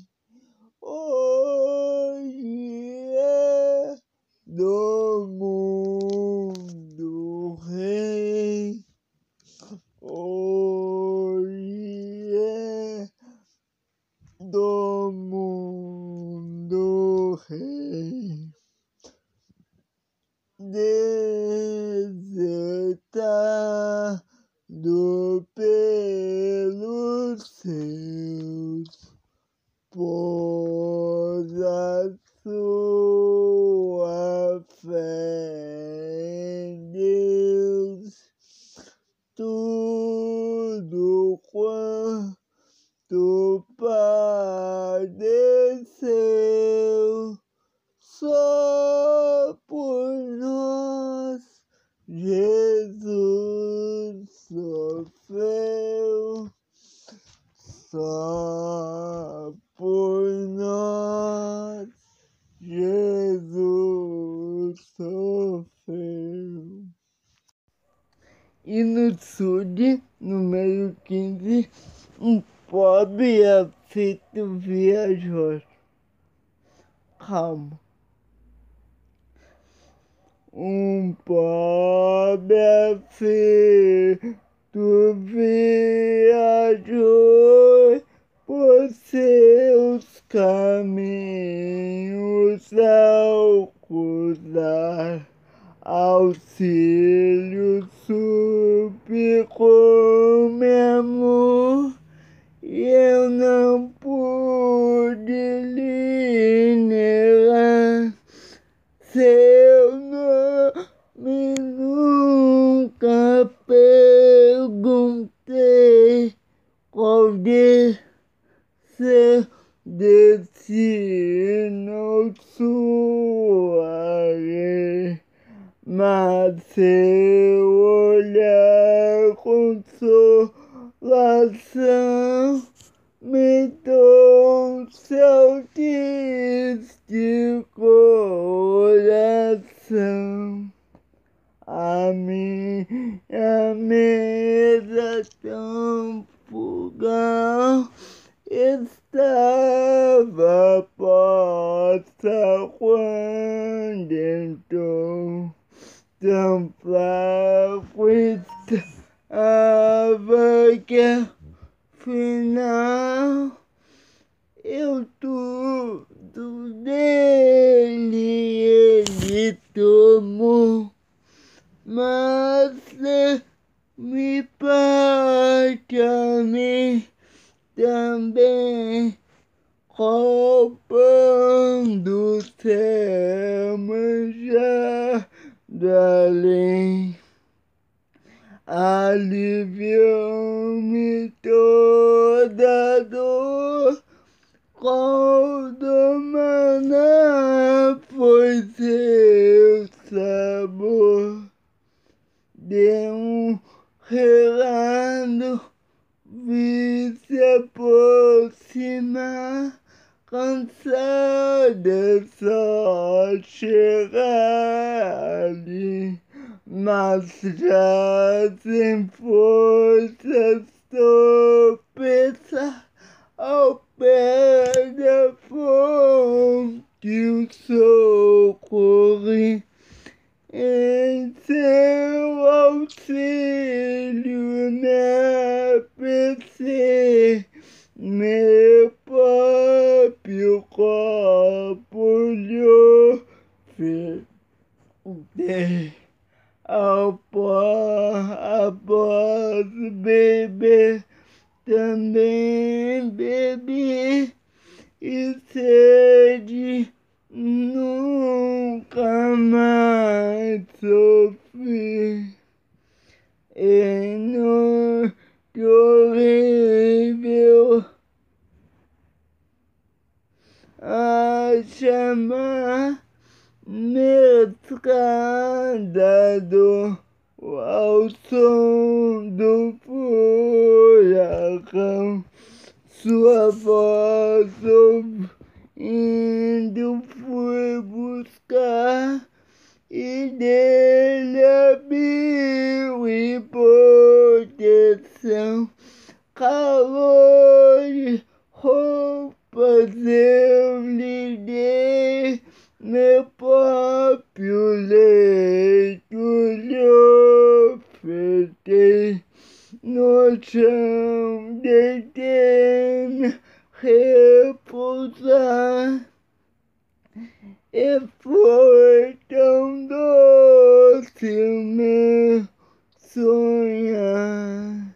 Hoje é do mundo rei, hoje é do mundo rei. Desertado pelos seus, pôs a sua fé em Deus. Tudo quanto padeceu, só por nós Jesus sofreu, só por nós Jesus sofreu. E no Sud, número número quinze, um pobre afeto viajoso. Calma. Um pobre afeto viajou por seus caminhos ao cruzar. Auxílio suplicou meu amor, e eu não pude lhe negar. Seu nome nunca perguntei, qual de seu destino sua lei. Mas seu olhar consolação me trouxe ao triste coração. A minha mesa tão frugal estava posta quando entrou. Tão fraco estava que afinal eu tudo dele ele tomou. Mas me parte a mim também, roubando seu manjar além. Aliviou-me toda dor, quando maná foi seu sabor. De um relando vi se aproximar, cansada só chegar ali, mas já sem forças tropeçar ao pé da fonte o socorri. Em seu auxílio me apressei, meu próprio corpo lhe ofertei. Ao pó, após beber, também bebi, e sede nunca mais sofri. E no horrível a chamar mesclado ao som do furacão, sua voz ouvindo fui buscar, e dele abriu e proteção, calor e roupas eu lhe dei, meu próprio leito lhe ofertei. No chão deitei-me repousar, e foi tão doce o meu sonhar.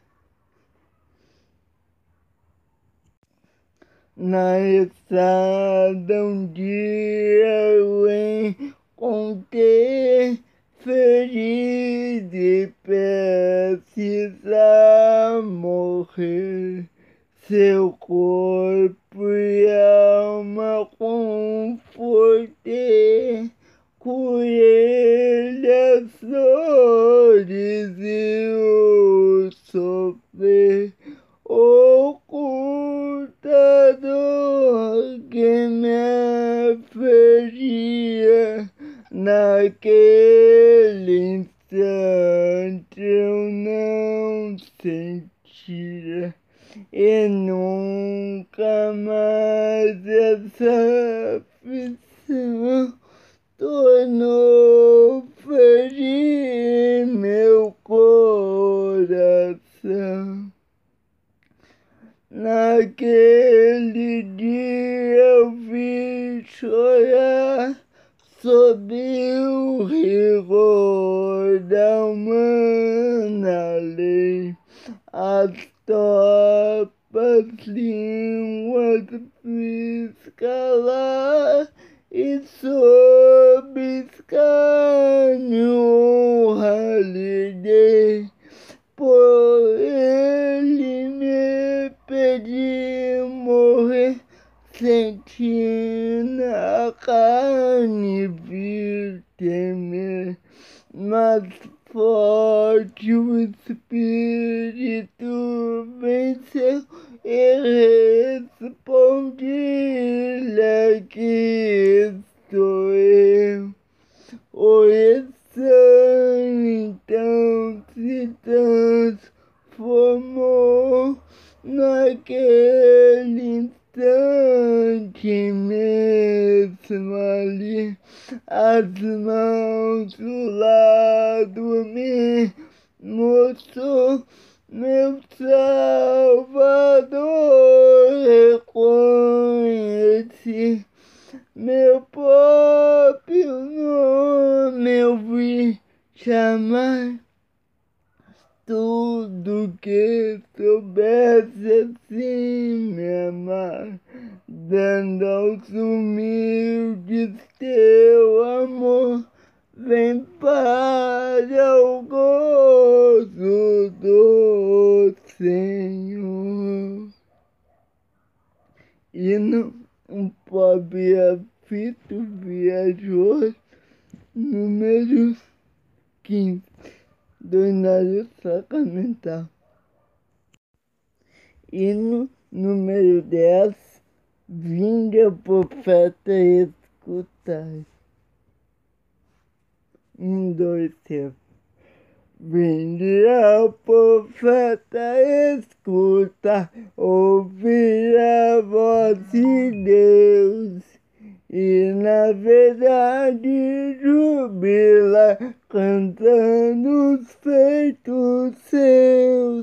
Na estrada um dia eu encontrei, feliz e prestes a morrer, seu corpo e alma confortei, curei as dores e o sofrer, oculta dor que me feria. Naquele instante eu não senti mentira. E nunca mais essa aflição tornou ferir meu coração. Naquele dia eu vi chorar sob o rigor da humana lei. As tropas línguas fiz calar e sob escárnio honra lhe dei. Por ele me pedi morrer, senti na carne vir temer, mas forte o espírito venceu e respondi-lhe: aqui estou eu. Oi, então se transformou naquele instante mesmo ali, as mãos do lado me mostrou meu Salvador. Reconheci meu próprio nome, eu vi chamar. Tudo que soubesse assim me amar, dando aos humildes teu amor, vem para o gozo do Senhor. Hino, um pobre aflito viajou, número quinze, do Inário Sacramental. Hino número dez, vinde ao profeta escutai. Um, dois, três. Vinde ao profeta escuta, ouvir a voz de Deus, e na verdade jubila, cantando os feitos seus.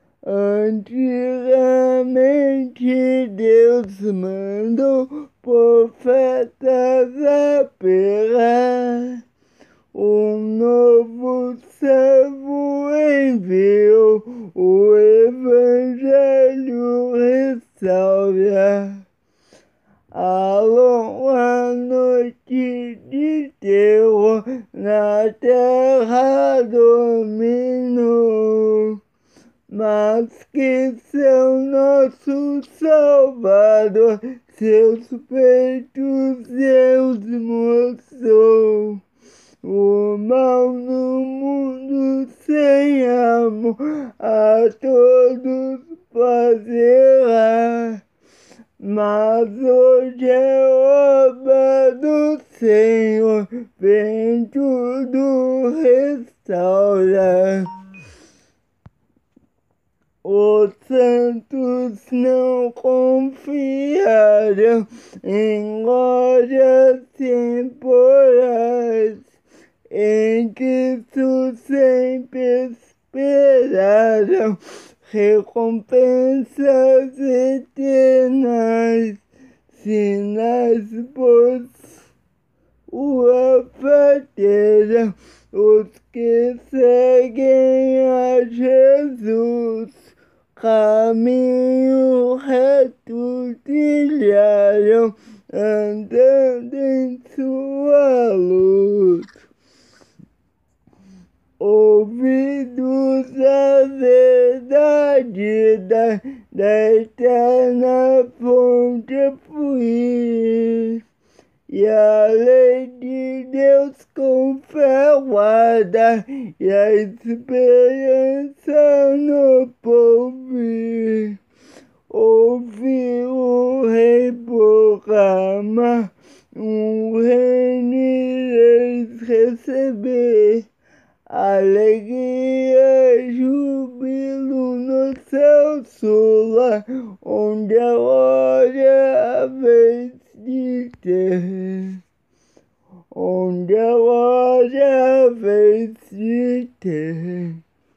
Antigamente Deus mandou profetas apelar, um novo servo enviou, o Evangelho restaurar. A longa noite de terror na terra dominou, mas que seu nosso Salvador, seus feitos Deus mostrou. O mal no mundo sem amor a todos fazerá, mas hoje é obra do Senhor, vem tudo restaurar. Os santos não confiarão em glórias temporais, em Cristo sempre esperarão recompensas eternas, sinais por sua fé, os que seguem a Jesus, caminho reto trilharão, andando em sua luz. Ouvidos a verdade da, da eterna fonte fluir, e a lei de Deus com fé guardar, e a esperança no porvir. Ouvi o rei proclamar, um reino ireis receber, alegria e júbilo no céu. nosso lar, onde agora a vez de ter, onde agora a vez de ter.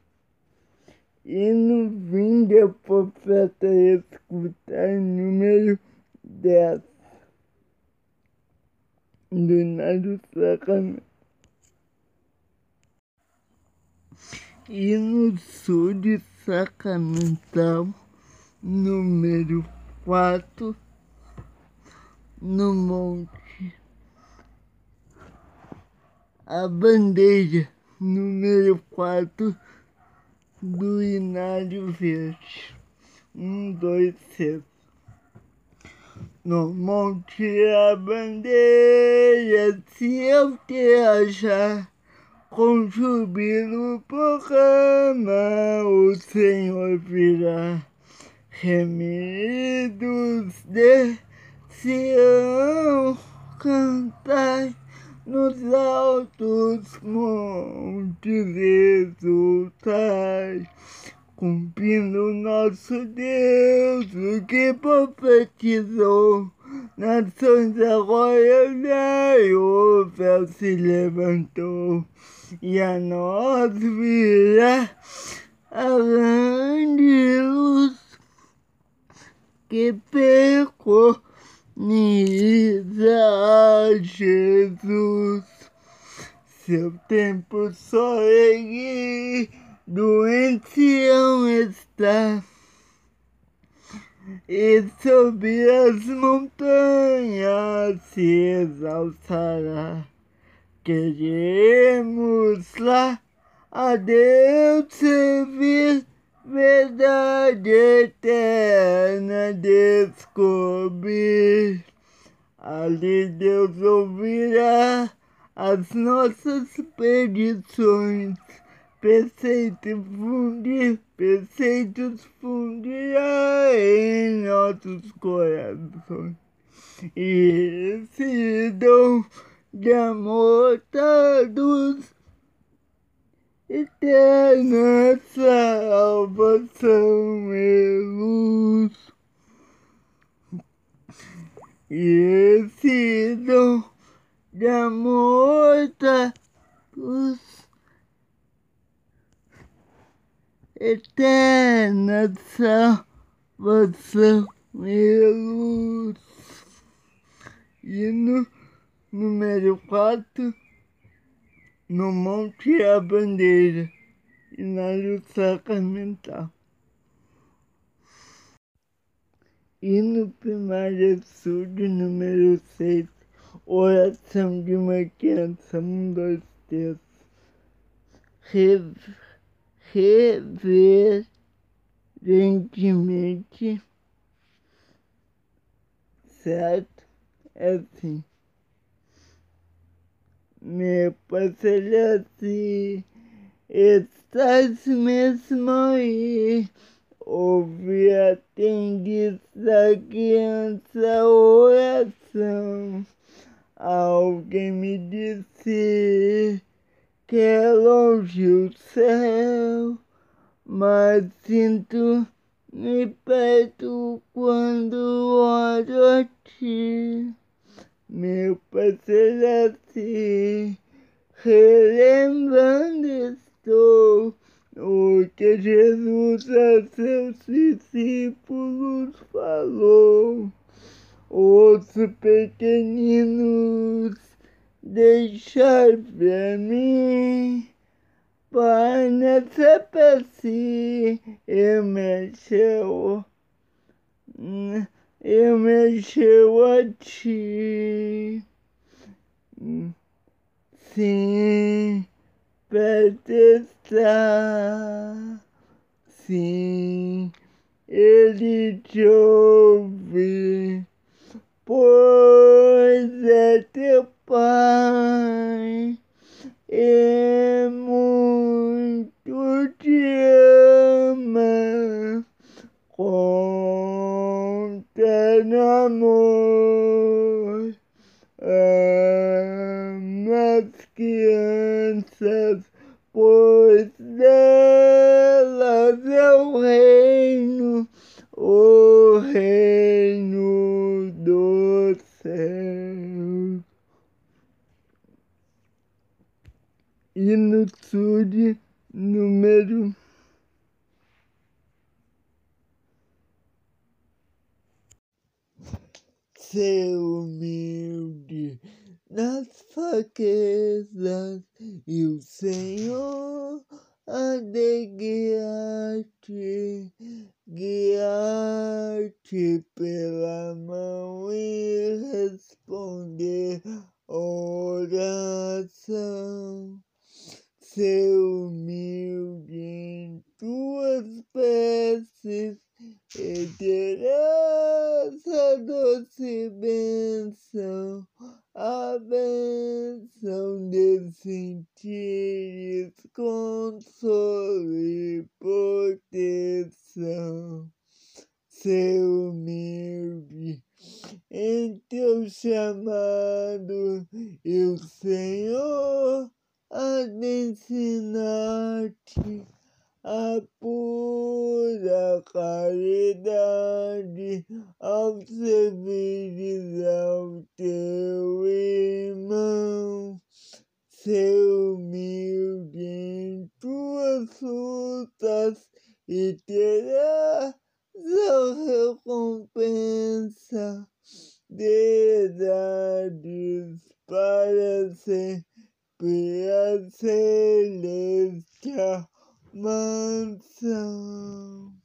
E no fim da profeta escutar número dez do Novo Sacramento. E no sul de sacramental, número quatro, no monte, a bandeira, número quatro, do Inário Verde. Um, dois, três. No monte a bandeira, se eu te achar, com júbilo proclama, o Senhor virá. Remidos de Sião, cantai nos altos montes, exultai, cumprindo nosso Deus o que profetizou. Nações agora olhai, o véu se levantou, e a nós virá a grande luz que preconiza a Jesus. Seu tempo sorrido em Sião está, e sobre as montanhas se exaltará. Queremos lá a Deus servir, verdade eterna descobrir. Ali Deus ouvirá as nossas petições, preceitos fundir, preceitos fundirá em nossos corações. E esse dom de amor traduz eterna salvação e luz. E esse dom de amor traduz eterna salvação e luz. E no número quatro, no monte a bandeira, e na luz sacramental. E no primário absurdo, número seis, oração de uma criança, um, dois, três. Reverentemente, certo? É assim. Meu Pai Celeste, estás mesmo aí, ouve, atende essa criança oração. Alguém me disse que é longe o céu, mas sinto-me perto quando olho a ti. Meu Pai Celeste, relembrando estou o que Jesus a seus discípulos falou. Os pequeninos deixai pra mim, Pai, nessa prece eu mexeu, eu mexeu a ti. Sim, perto está, sim, ele te ouve, pois é teu Pai, e muito te ama, com terno amor. Ama as crianças, pois delas é o reino ser humilde nas fraquezas, e o Senhor há de guiar-te, guiar-te pela mão e responder oração. Ser humilde em tuas preces e terás a doce bênção, a bênção de sentires consolo e proteção. Ser humilde em teu chamado, e o Senhor há de ensinar-te a pura caridade ao servires ao teu irmão. Ser humilde em tuas lutas e terás a recompensa de dares para sempre a celestial mansão.